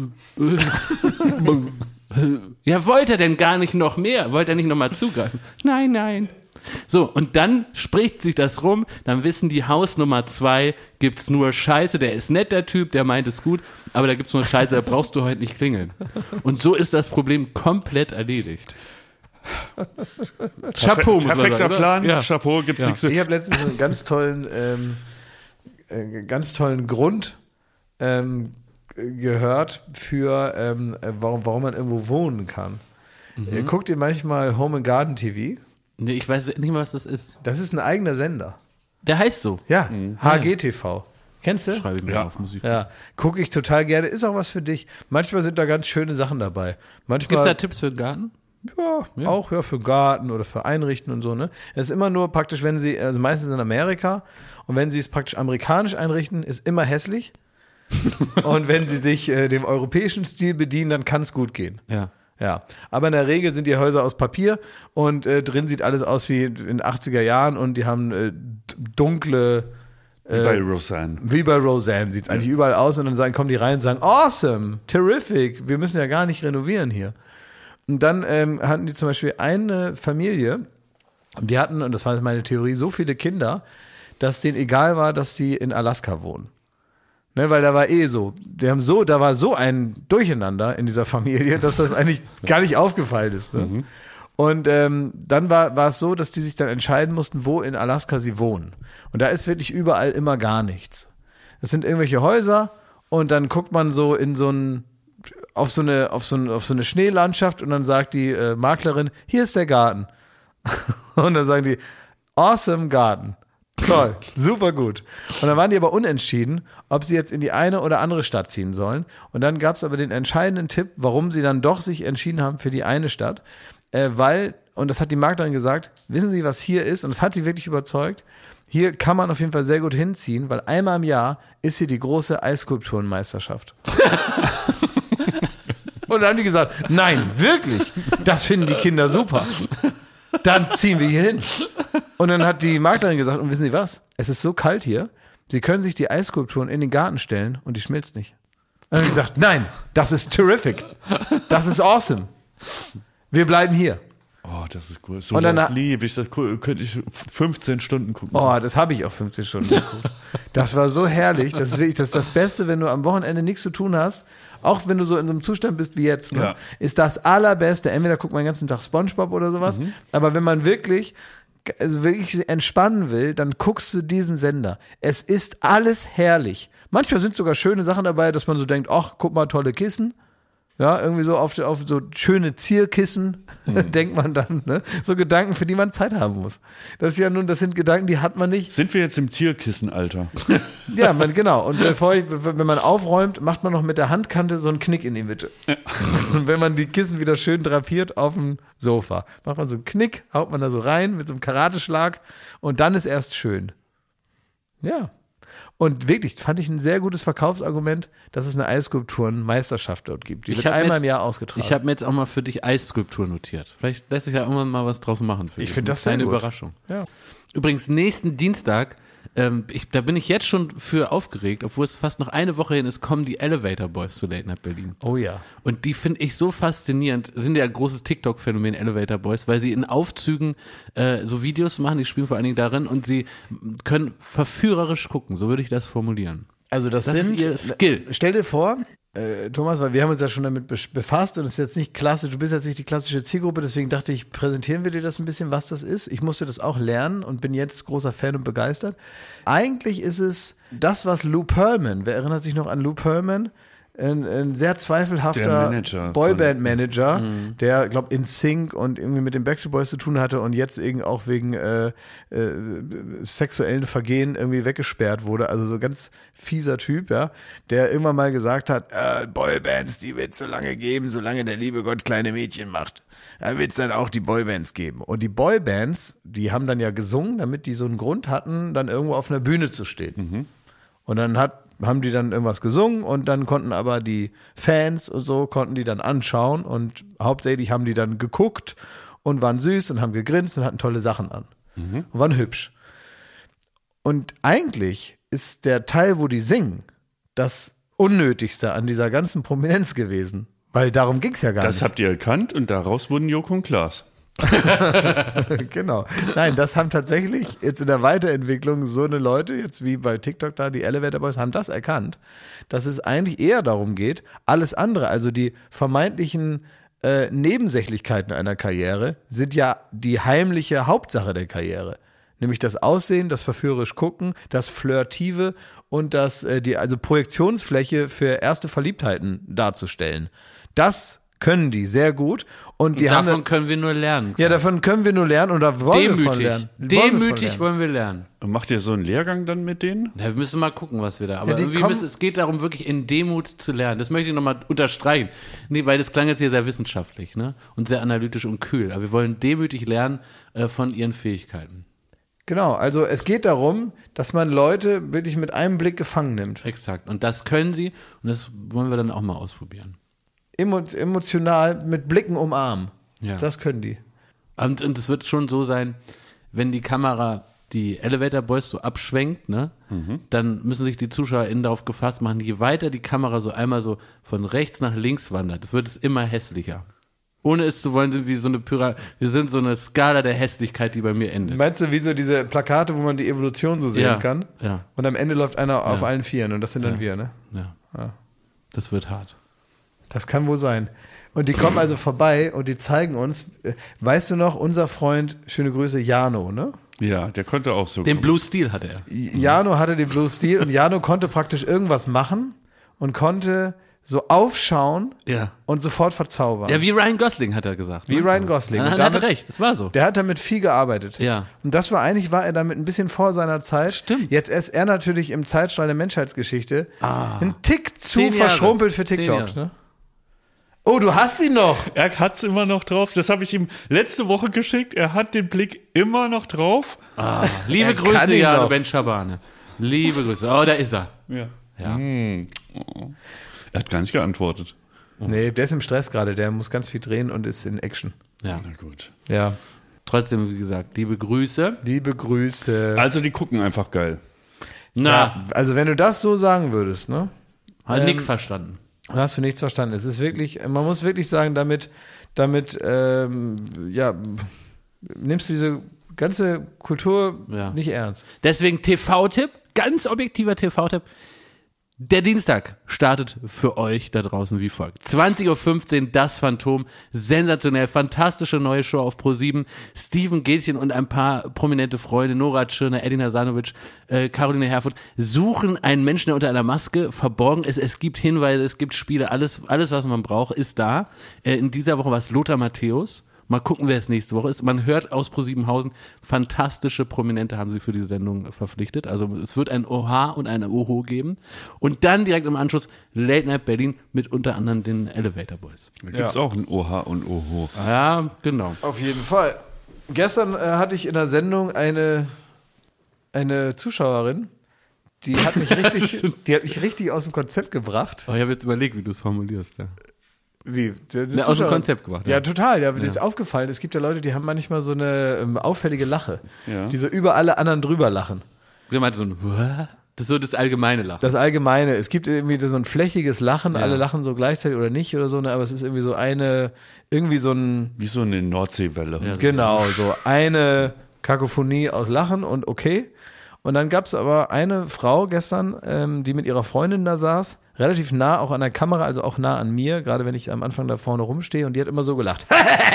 Ja, wollte er denn gar nicht noch mehr? Wollte er nicht noch mal zugreifen? Nein. So, und dann spricht sich das rum, dann wissen die, Haus Nummer 2 gibt's nur Scheiße, der ist nett, der Typ, der meint es gut, aber da gibt's nur Scheiße, da brauchst du heute nicht klingeln. Und so ist das Problem komplett erledigt. Chapeau, muss man sagen. Perfekter Plan, ja. Chapeau, gibt's nichts. Ich habe letztens einen ganz tollen Grund gehört für warum man irgendwo wohnen kann. Guckt ihr manchmal Home and Garden TV? Nee, ich weiß nicht mal, was das ist. Das ist ein eigener Sender. Der heißt so. Ja, HGTV. Kennst du? Schreibe ich mir auf Musik. Ja, gucke ich total gerne. Ist auch was für dich. Manchmal sind da ganz schöne Sachen dabei. Gibt es Manchmal, da Tipps für den Garten? ja, auch für Garten oder für Einrichten und so, ne? Es ist immer nur praktisch, wenn sie, also meistens in Amerika, und wenn sie es praktisch amerikanisch einrichten, ist immer hässlich. Und wenn sie sich dem europäischen Stil bedienen, dann kann es gut gehen. Ja. Ja, aber in der Regel sind die Häuser aus Papier und drin sieht alles aus wie in den 80er Jahren und die haben dunkle Bei Roseanne. Wie bei Roseanne sieht es eigentlich überall aus und dann kommen die rein und sagen, awesome, terrific, wir müssen ja gar nicht renovieren hier. Und dann hatten die zum Beispiel eine Familie, die hatten, und das war meine Theorie, so viele Kinder, dass denen egal war, dass die in Alaska wohnen. Ne, weil da war da war so ein Durcheinander in dieser Familie, dass das eigentlich gar nicht aufgefallen ist. Ne? Mhm. Und dann war es so, dass die sich dann entscheiden mussten, wo in Alaska sie wohnen. Und da ist wirklich überall immer gar nichts. Das sind irgendwelche Häuser und dann guckt man so auf so eine Schneelandschaft und dann sagt die Maklerin, hier ist der Garten. Und dann sagen die, awesome Garten. Toll, super gut. Und dann waren die aber unentschieden, ob sie jetzt in die eine oder andere Stadt ziehen sollen. Und dann gab es aber den entscheidenden Tipp, warum sie dann doch sich entschieden haben für die eine Stadt. Weil, und das hat die Maklerin gesagt, wissen Sie, was hier ist? Und das hat sie wirklich überzeugt. Hier kann man auf jeden Fall sehr gut hinziehen, weil einmal im Jahr ist hier die große Eisskulpturenmeisterschaft. Und dann haben die gesagt, nein, wirklich, das finden die Kinder super. Dann ziehen wir hier hin. Und dann hat die Maklerin gesagt, und wissen Sie was? Es ist so kalt hier, Sie können sich die Eisskulpturen in den Garten stellen und die schmilzt nicht. Und dann haben die gesagt, nein, das ist terrific. Das ist awesome. Wir bleiben hier. Oh, das ist cool. So und dann liebe ich. Das könnte ich 15 Stunden gucken. Oh, das habe ich auch 15 Stunden geguckt. Das war so herrlich. Das ist wirklich das Beste, wenn du am Wochenende nichts zu tun hast. Auch wenn du so in so einem Zustand bist wie jetzt, ne, ist das Allerbeste. Entweder guckt man den ganzen Tag SpongeBob oder sowas. Aber wenn man wirklich entspannen will, dann guckst du diesen Sender. Es ist alles herrlich. Manchmal sind sogar schöne Sachen dabei, dass man so denkt, ach, guck mal, tolle Kissen. Ja, irgendwie so auf so schöne Zierkissen denkt man dann, ne? So Gedanken, für die man Zeit haben muss. Das sind Gedanken, die hat man nicht. Sind wir jetzt im Zierkissenalter? Ja, genau. Und wenn man aufräumt, macht man noch mit der Handkante so einen Knick in die Mitte. Ja. Und wenn man die Kissen wieder schön drapiert auf dem Sofa, macht man so einen Knick, haut man da so rein mit so einem Karateschlag und dann ist erst schön. Ja. Und wirklich, fand ich ein sehr gutes Verkaufsargument, dass es eine Eisskulpturen-Meisterschaft dort gibt. Die wird einmal im Jahr ausgetragen. Ich habe mir jetzt auch mal für dich Eisskulptur notiert. Vielleicht lässt sich ja irgendwann mal was draus machen für dich. Ich finde das eine sehr gut. Überraschung. Ja. Übrigens, nächsten Dienstag, da bin ich jetzt schon für aufgeregt, obwohl es fast noch eine Woche hin ist, kommen die Elevator Boys zu Late Night Berlin. Oh ja. Und die finde ich so faszinierend. Sind ja ein großes TikTok-Phänomen, Elevator Boys, weil sie in Aufzügen so Videos machen, die spielen vor allen Dingen darin und sie können verführerisch gucken, so würde ich das formulieren. Also das ist ihr Skill. Stell dir vor, Thomas, weil wir haben uns ja schon damit befasst und es ist jetzt nicht klassisch, du bist jetzt nicht die klassische Zielgruppe, deswegen dachte ich, präsentieren wir dir das ein bisschen, was das ist. Ich musste das auch lernen und bin jetzt großer Fan und begeistert. Eigentlich ist es das, was Lou Pearlman, wer erinnert sich noch an Lou Pearlman? Ein sehr zweifelhafter Boyband-Manager, der, glaube in Sync und irgendwie mit den Backstreet Boys zu tun hatte und jetzt eben auch wegen sexuellen Vergehen irgendwie weggesperrt wurde. Also so ganz fieser Typ, ja, der irgendwann mal gesagt hat, Boybands, die wird es so lange geben, solange der liebe Gott kleine Mädchen macht. Da wird es dann auch die Boybands geben. Und die Boybands, die haben dann ja gesungen, damit die so einen Grund hatten, dann irgendwo auf einer Bühne zu stehen. Und dann haben die dann irgendwas gesungen und dann konnten aber die Fans und so, konnten die dann anschauen und hauptsächlich haben die dann geguckt und waren süß und haben gegrinst und hatten tolle Sachen an und waren hübsch. Und eigentlich ist der Teil, wo die singen, das Unnötigste an dieser ganzen Prominenz gewesen, weil darum ging's ja gar nicht. Das habt ihr erkannt und daraus wurden Joko und Klaas. Genau. Nein, das haben tatsächlich jetzt in der Weiterentwicklung so eine Leute, jetzt wie bei TikTok da, die Elevator Boys, haben das erkannt, dass es eigentlich eher darum geht, alles andere, also die vermeintlichen Nebensächlichkeiten einer Karriere, sind ja die heimliche Hauptsache der Karriere. Nämlich das Aussehen, das verführerisch Gucken, das Flirtive und also Projektionsfläche für erste Verliebtheiten darzustellen. Das können die sehr gut. Und die haben davon können wir nur lernen. ja, davon können wir nur lernen und da wollen wir von lernen. Demütig wollen wir lernen. Und macht ihr so einen Lehrgang dann mit denen? Ja, wir müssen mal gucken, was wir da. Aber Ja, irgendwie es geht darum, wirklich in Demut zu lernen. Das möchte ich nochmal unterstreichen. Nee, weil das klang jetzt hier sehr wissenschaftlich, ne? Und sehr analytisch und kühl. Aber wir wollen demütig lernen von ihren Fähigkeiten. Genau, also es geht darum, dass man Leute wirklich mit einem Blick gefangen nimmt. Exakt. Und das können sie und das wollen wir dann auch mal ausprobieren. Emotional mit Blicken umarmen. Ja. Das können die. Und es wird schon so sein, wenn die Kamera die Elevator Boys so abschwenkt, ne, dann müssen sich die ZuschauerInnen darauf gefasst machen, je weiter die Kamera so einmal so von rechts nach links wandert, das wird es immer hässlicher. Ohne es zu wollen, sind wir so eine wir sind so eine Skala der Hässlichkeit, die bei mir endet. Meinst du, wie so diese Plakate, wo man die Evolution so sehen kann? Ja. Und am Ende läuft einer auf allen Vieren und das sind dann wir, ne? Ja. Das wird hart. Das kann wohl sein. Und die kommen also vorbei und die zeigen uns, weißt du noch, unser Freund, schöne Grüße, Jano, ne? Ja, der konnte auch so. Den Blue Steel hatte er. Jano hatte den Blue Steel und Jano konnte praktisch irgendwas machen und konnte so aufschauen und sofort verzaubern. Ja, wie Ryan Gosling, hat er gesagt. Wie Ryan Gosling. Er hat recht, das war so. Der hat damit viel gearbeitet. Ja. Und war er damit ein bisschen vor seiner Zeit. Stimmt. Jetzt ist er natürlich im Zeitstrahl der Menschheitsgeschichte ein Tick zu 10 Jahre. verschrumpelt für 10 TikTok. Jahre. Ne? Oh, du hast ihn noch. Er hat's immer noch drauf. Das habe ich ihm letzte Woche geschickt. Er hat den Blick immer noch drauf. Liebe kann Grüße, ihn Jano noch. Ben Schabane. Liebe Grüße. Oh, da ist er. Ja. Ja. Er hat gar nicht geantwortet. Nee, der ist im Stress gerade. Der muss ganz viel drehen und ist in Action. Ja. Na gut. Ja. Trotzdem, wie gesagt, liebe Grüße. Liebe Grüße. Also die gucken einfach geil. Na, Also wenn du das so sagen würdest, ne? hat nichts verstanden. Dann hast du nichts verstanden. Es ist wirklich, man muss wirklich sagen, damit nimmst du diese ganze Kultur nicht ernst. Deswegen TV-Tipp, ganz objektiver TV-Tipp. Der Dienstag startet für euch da draußen wie folgt. 20.15 Uhr, das Phantom, sensationell, fantastische neue Show auf Pro7. Steven Gätchen und ein paar prominente Freunde, Nora Tschirner, Edin Hasanovic, Caroline Herfurth, suchen einen Menschen, der unter einer Maske verborgen ist. Es gibt Hinweise, es gibt Spiele, alles was man braucht, ist da. In dieser Woche war es Lothar Matthäus. Mal gucken, wer es nächste Woche ist. Man hört aus ProSiebenhausen, fantastische Prominente haben sie für diese Sendung verpflichtet. Also es wird ein Oha und eine Oho geben. Und dann direkt im Anschluss Late Night Berlin mit unter anderem den Elevator Boys. Da gibt's auch ein Oha und Oho. Ja, genau. Auf jeden Fall. Gestern hatte ich in der Sendung eine Zuschauerin, die hat mich richtig aus dem Konzept gebracht. Oh, ich habe jetzt überlegt, wie du es formulierst. Ja. Wie? Aus dem Konzept gebracht. Ja, total. Ja, das ist aufgefallen. Es gibt ja Leute, die haben manchmal so eine auffällige Lache, Ja. die so über alle anderen drüber lachen. Sie meinte so ein das ist so das allgemeine Lachen. Das Allgemeine. Es gibt irgendwie so ein flächiges Lachen, alle lachen so gleichzeitig oder nicht oder so, ne? Aber es ist irgendwie so Wie so eine Nordseewelle. Ja. genau, so eine Kakophonie aus Lachen und okay. Und dann gab es aber eine Frau gestern, die mit ihrer Freundin da saß, relativ nah auch an der Kamera, also auch nah an mir, gerade wenn ich am Anfang da vorne rumstehe, und die hat immer so gelacht.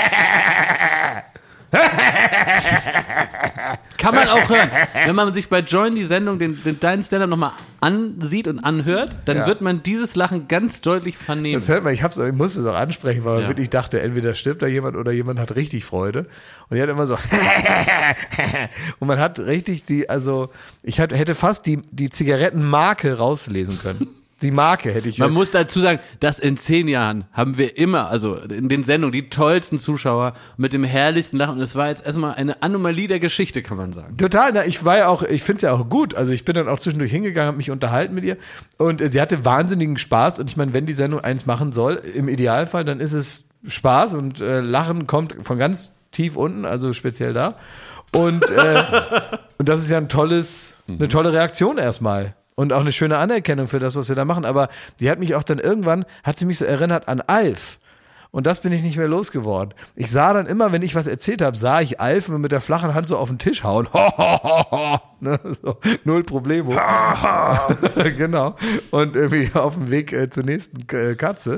Kann man auch hören. Wenn man sich bei Join die Sendung, deinen Stand-Up nochmal ansieht und anhört, dann wird man dieses Lachen ganz deutlich vernehmen. Das hört man, ich musste es auch ansprechen, weil man Ja. wirklich dachte, entweder stirbt da jemand oder jemand hat richtig Freude. Und die hat immer so und man hat richtig hätte fast die Zigarettenmarke rauslesen können. Die Marke hätte ich. Man muss dazu sagen, dass in 10 Jahren haben wir immer, also in den Sendungen, die tollsten Zuschauer mit dem herrlichsten Lachen. Und es war jetzt erstmal eine Anomalie der Geschichte, kann man sagen. Total, ich finde es ja auch gut. Also ich bin dann auch zwischendurch hingegangen, habe mich unterhalten mit ihr und sie hatte wahnsinnigen Spaß. Und ich meine, wenn die Sendung eins machen soll, im Idealfall, dann ist es Spaß und Lachen kommt von ganz tief unten, also speziell da. Und das ist ja eine tolle Reaktion erstmal. Und auch eine schöne Anerkennung für das, was wir da machen. Aber die hat mich auch dann irgendwann, hat sie mich so erinnert an Alf. Und das bin ich nicht mehr losgeworden. Ich sah dann immer, wenn ich was erzählt habe, sah ich Alf mit der flachen Hand so auf den Tisch hauen. Ne, so, null Problemo. Genau. Und irgendwie auf dem Weg zur nächsten Katze.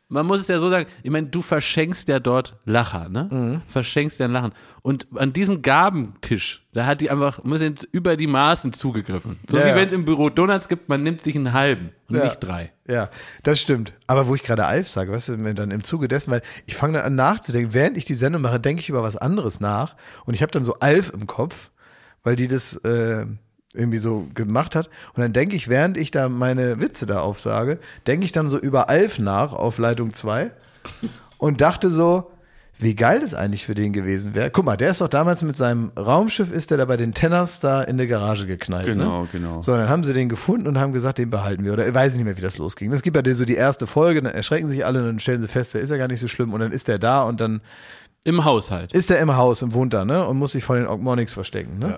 man muss es ja so sagen, ich meine, du verschenkst ja dort Lacher, ne? Verschenkst ja ein Lachen. Und an diesem Gabentisch, da hat die einfach ein bisschen über die Maßen zugegriffen. So wie wenn es im Büro Donuts gibt, man nimmt sich einen halben und nicht 3. Ja, das stimmt. Aber wo ich gerade Alf sage, weißt du, dann im Zuge dessen, weil ich fange dann an nachzudenken, während ich die Sendung mache, denke ich über was anderes nach und ich habe dann so Alf im Kopf, weil die das irgendwie so gemacht hat. Und dann denke ich, während ich da meine Witze da aufsage, denke ich dann so über Alf nach auf Leitung 2 und dachte so, wie geil das eigentlich für den gewesen wäre. Guck mal, der ist doch damals mit seinem Raumschiff, ist der da bei den Tenners da in der Garage geknallt. Genau. So, dann haben sie den gefunden und haben gesagt, den behalten wir. Oder ich weiß nicht mehr, wie das losging. Es gibt ja so die erste Folge, dann erschrecken sich alle und dann stellen sie fest, der ist ja gar nicht so schlimm. Und dann ist der da und dann Im Haushalt. ist der im Haus und wohnt da, ne? Und muss sich vor den Ogmonix verstecken, ne? Ja.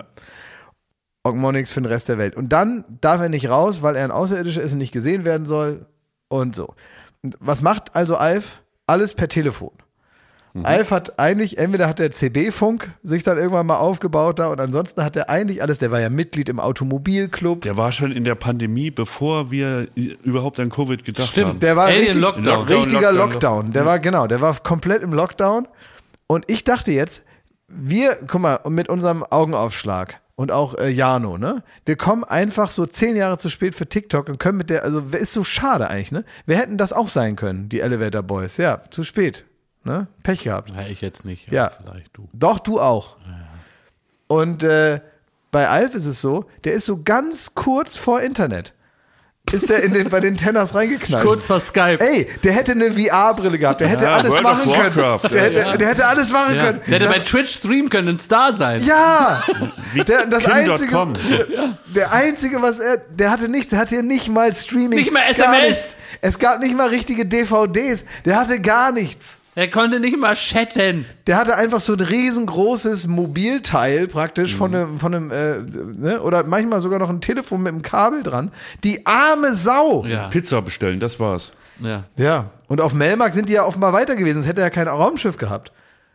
Ogmonix für den Rest der Welt. Und dann darf er nicht raus, weil er ein Außerirdischer ist und nicht gesehen werden soll und so. Und was macht also Alf? Alles per Telefon. Alf hat eigentlich, entweder hat der CB-Funk sich dann irgendwann mal aufgebaut da und ansonsten hat er eigentlich alles, der war ja Mitglied im Automobilclub. Der war schon in der Pandemie, bevor wir überhaupt an Covid gedacht haben. Der war Alien richtig, Lockdown. richtiger Lockdown. Der war komplett im Lockdown. Und ich dachte jetzt, guck mal, mit unserem Augenaufschlag und auch Jano, ne? Wir kommen einfach so 10 Jahre zu spät für TikTok und können also ist so schade eigentlich, ne? Wir hätten das auch sein können, die Elevator Boys. Ja, zu spät. Ne? Pech gehabt. Ja, ich jetzt nicht. Ja. Vielleicht du. Doch, du auch. Und bei Alf ist es so, der ist so ganz kurz vor Internet. Ist der bei den Tenners reingeknallt. Kurz vor Skype. Ey, der hätte eine VR-Brille gehabt, der hätte alles World machen of können. Warcraft, Der hätte alles machen können. Der hätte bei Twitch streamen können, ein Star sein. Ja! Wie Das Kim.com. der Einzige, der hatte nichts, der hatte ja nicht mal Streaming. Nicht mal gar SMS. nichts. Es gab nicht mal richtige DVDs. Der hatte gar nichts. Er konnte nicht mal chatten. Der hatte einfach so ein riesengroßes Mobilteil praktisch von einem ne? Oder manchmal sogar noch ein Telefon mit einem Kabel dran. Die arme Sau. Ja. Pizza bestellen, das war's. Ja. Ja. Und auf Melmark sind die ja offenbar weiter gewesen, sonst hätte er ja kein Raumschiff gehabt.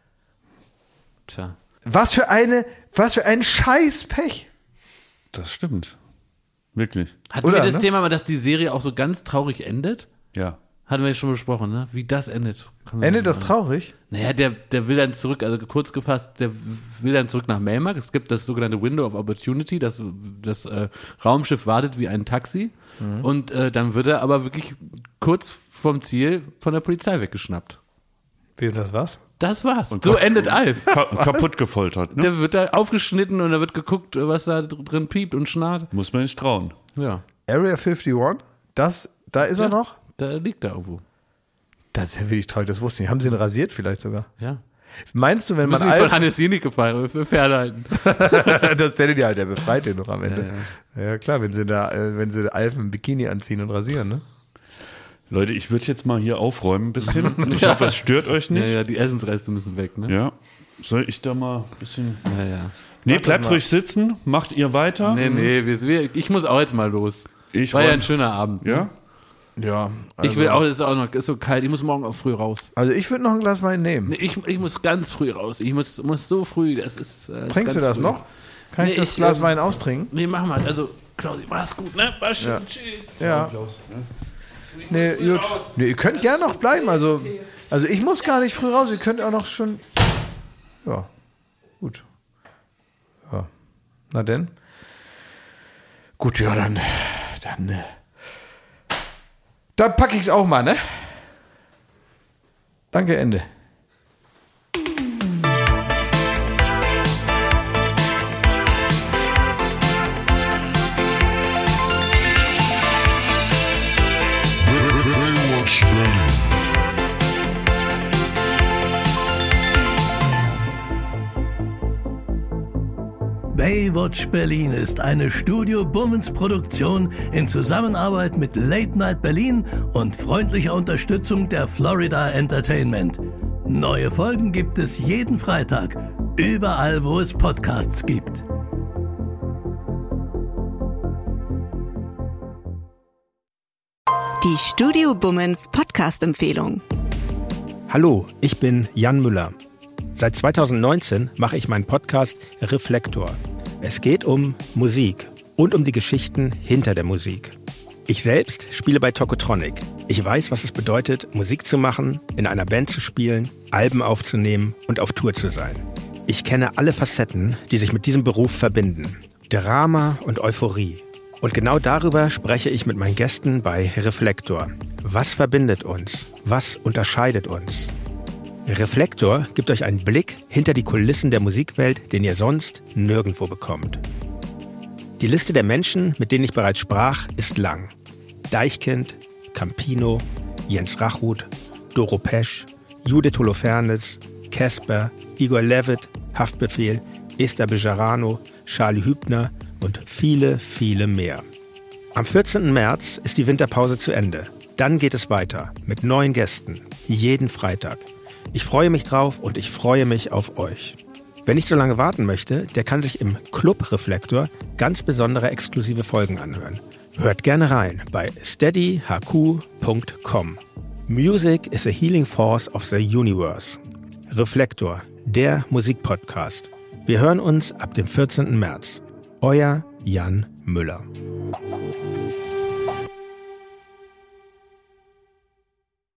Tja. Was für ein Scheißpech. Das stimmt. Wirklich. Hatten wir Oder, das ne? Thema mal, dass die Serie auch so ganz traurig endet? Ja. Hatten wir ja schon besprochen, ne? Wie das endet. Endet das traurig? Naja, der will dann zurück, also kurz gefasst, der will dann zurück nach Melmark. Es gibt das sogenannte Window of Opportunity, das Raumschiff wartet wie ein Taxi. Und dann wird er aber wirklich kurz vom Ziel von der Polizei weggeschnappt. Wie das was? Das war's. So endet Alf. Kaputt gefoltert, ne? Der wird da aufgeschnitten und da wird geguckt, was da drin piept und schnarrt. Muss man nicht trauen. Ja. Area 51? Da ist er noch? Da liegt er irgendwo. Das ist ja wirklich toll, das wusste ich nicht. Haben sie ihn rasiert vielleicht sogar? Ja. Meinst du, wenn man Müssen nicht von Alf... Hannes Jenicke feiern, für Pferde halten. Das der halt, der befreit den noch am Ende. Ja klar, wenn sie Alf im Bikini anziehen und rasieren, ne? Leute, ich würde jetzt mal hier aufräumen ein bisschen. Ich hoffe, das stört euch nicht. Ja, die Essensreste müssen weg, ne? Ja. Soll ich da mal ein bisschen... Ja. Nee, bleibt ruhig sitzen. Macht ihr weiter. Nee, ich muss auch jetzt mal los. Ich War ja räum- ein schöner Abend. Ja? Ja. Ich will auch, ist so kalt, ich muss morgen auch früh raus. Also ich würde noch ein Glas Wein nehmen. Nee, ich muss ganz früh raus. Ich muss so früh, das ist. Trinkst du das früh. noch? Kann ich Nee, das Glas ich, Wein austrinken? Nee, mach mal. Also, Klausi, mach's gut, ne? War schön, tschüss. Ja. Nee, gut. Nee, ihr könnt gern noch bleiben. Also ich muss gar nicht früh raus. Ihr könnt auch noch schon. Ja. Gut. Ja. Na denn? Gut, ja, dann packe ich's auch mal, ne? Danke, Ende. Baywatch Berlin. Baywatch Berlin ist eine Studio Bummens Produktion in Zusammenarbeit mit Late Night Berlin und freundlicher Unterstützung der Florida Entertainment. Neue Folgen gibt es jeden Freitag, überall wo es Podcasts gibt. Die Studio Bummens Podcast-Empfehlung. Hallo, ich bin Jan Müller. Seit 2019 mache ich meinen Podcast Reflektor. Es geht um Musik und um die Geschichten hinter der Musik. Ich selbst spiele bei Tokotronic. Ich weiß, was es bedeutet, Musik zu machen, in einer Band zu spielen, Alben aufzunehmen und auf Tour zu sein. Ich kenne alle Facetten, die sich mit diesem Beruf verbinden. Drama und Euphorie. Und genau darüber spreche ich mit meinen Gästen bei Reflektor. Was verbindet uns? Was unterscheidet uns? Reflektor gibt euch einen Blick hinter die Kulissen der Musikwelt, den ihr sonst nirgendwo bekommt. Die Liste der Menschen, mit denen ich bereits sprach, ist lang. Deichkind, Campino, Jens Rachut, Doro Pesch, Judith Holofernes, Casper, Igor Levit, Haftbefehl, Esther Bejarano, Charlie Hübner und viele, viele mehr. Am 14. März ist die Winterpause zu Ende. Dann geht es weiter mit neuen Gästen, jeden Freitag. Ich freue mich drauf und ich freue mich auf euch. Wer nicht so lange warten möchte, der kann sich im Club Reflektor ganz besondere exklusive Folgen anhören. Hört gerne rein bei steadyhq.com. Music is a healing force of the universe. Reflektor, der Musikpodcast. Wir hören uns ab dem 14. März. Euer Jan Müller.